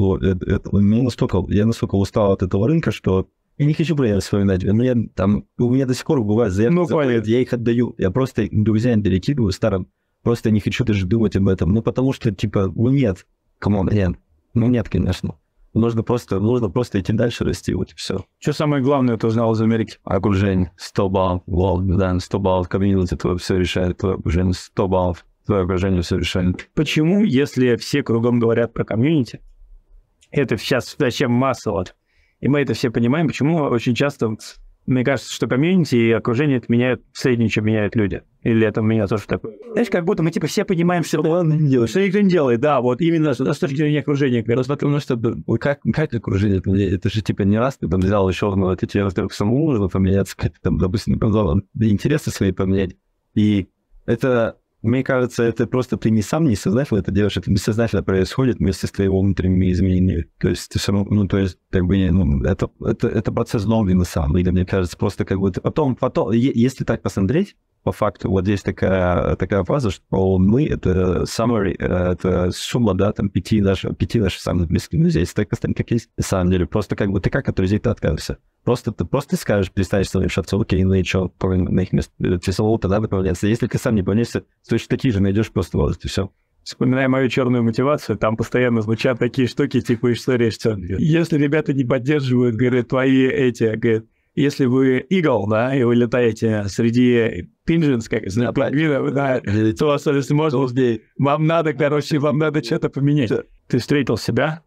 я настолько устал от этого рынка, что я не хочу про это вспоминать. У меня до сих пор бывает заявки, я их отдаю. Я просто друзьям перекидываю старым. Просто не хочу даже думать об этом. Ну, потому что, типа, нет. Камон, нет. Ну, нет, конечно. Нужно просто идти дальше, расти, вот и все. Что самое главное, ты узнал из Америки? Окружение. 100 баллов. Да, 100 баллов. Комьюнити твое все решает. Твое окружение 100 баллов. Твое окружение все решает. Почему, если все кругом говорят про комьюнити, это сейчас зачем массово? И мы это все понимаем, почему очень часто, мне кажется, что комьюнити и окружение это меняют в среднем, чем меняют люди. Или это у меня тоже такое. Знаешь, как будто мы типа все понимаем, что никто не делает. Да, вот именно с точки зрения окружения. Потому что как окружение? Это же типа не раз ты там взял еще одну, тебе, во-первых, самому нужно поменяться, там, допустим, интересы свои поменять. И это... Мне кажется, это просто ты сам не сознательно это делаешь, это бессознательно происходит вместе с твоими внутренними изменениями. То есть ты все равно, это процесс новый на самом деле, мне кажется, просто как бы ты потом, если так посмотреть, по факту, вот есть такая фраза, что мы — это summary, это сумма, да, там, пяти наших самых близких друзей, если так поставить, как есть, на самом деле, просто как бы ты как от друзей ты отказываешься. Ты просто скажешь, перестанешь своим шагом, окей, ну и что, на их место часового тогда выполняться. Если ты сам не поменяешься, точно такие же найдешь просто волосы, и все. Вспоминая мою черную мотивацию, там постоянно звучат такие штуки, типа история, что если ребята не поддерживают, говорят, говорят, если вы игл, да, и вы летаете среди пинжинс, как пингвинов, да, то, если можно, вам надо что-то поменять. Ты встретил себя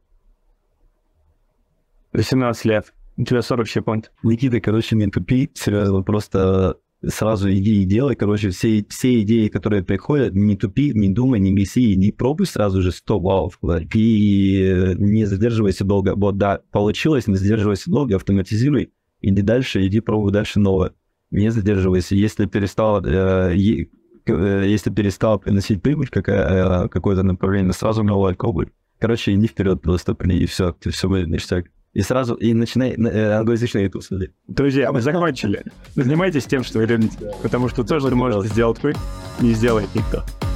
18 лет, у тебя 40 секунд. Никита, не тупи, серьезно, просто сразу иди и делай, все идеи, которые приходят, не тупи, не думай, не беси, не пробуй сразу же 100 баллов, и не задерживайся долго. Вот, да, получилось, не задерживайся долго, автоматизируй, иди дальше, иди пробуй дальше новое. Не задерживайся. Если перестал приносить прибыль какое-то направление, сразу новый алкоголь. Иди вперед просто, и все будет ништяк. И сразу, начинай англоязычный YouTube смотреть. Друзья, мы закончили. Занимайтесь тем, что вы любите, потому что то, что можете сделать вы, не сделает никто.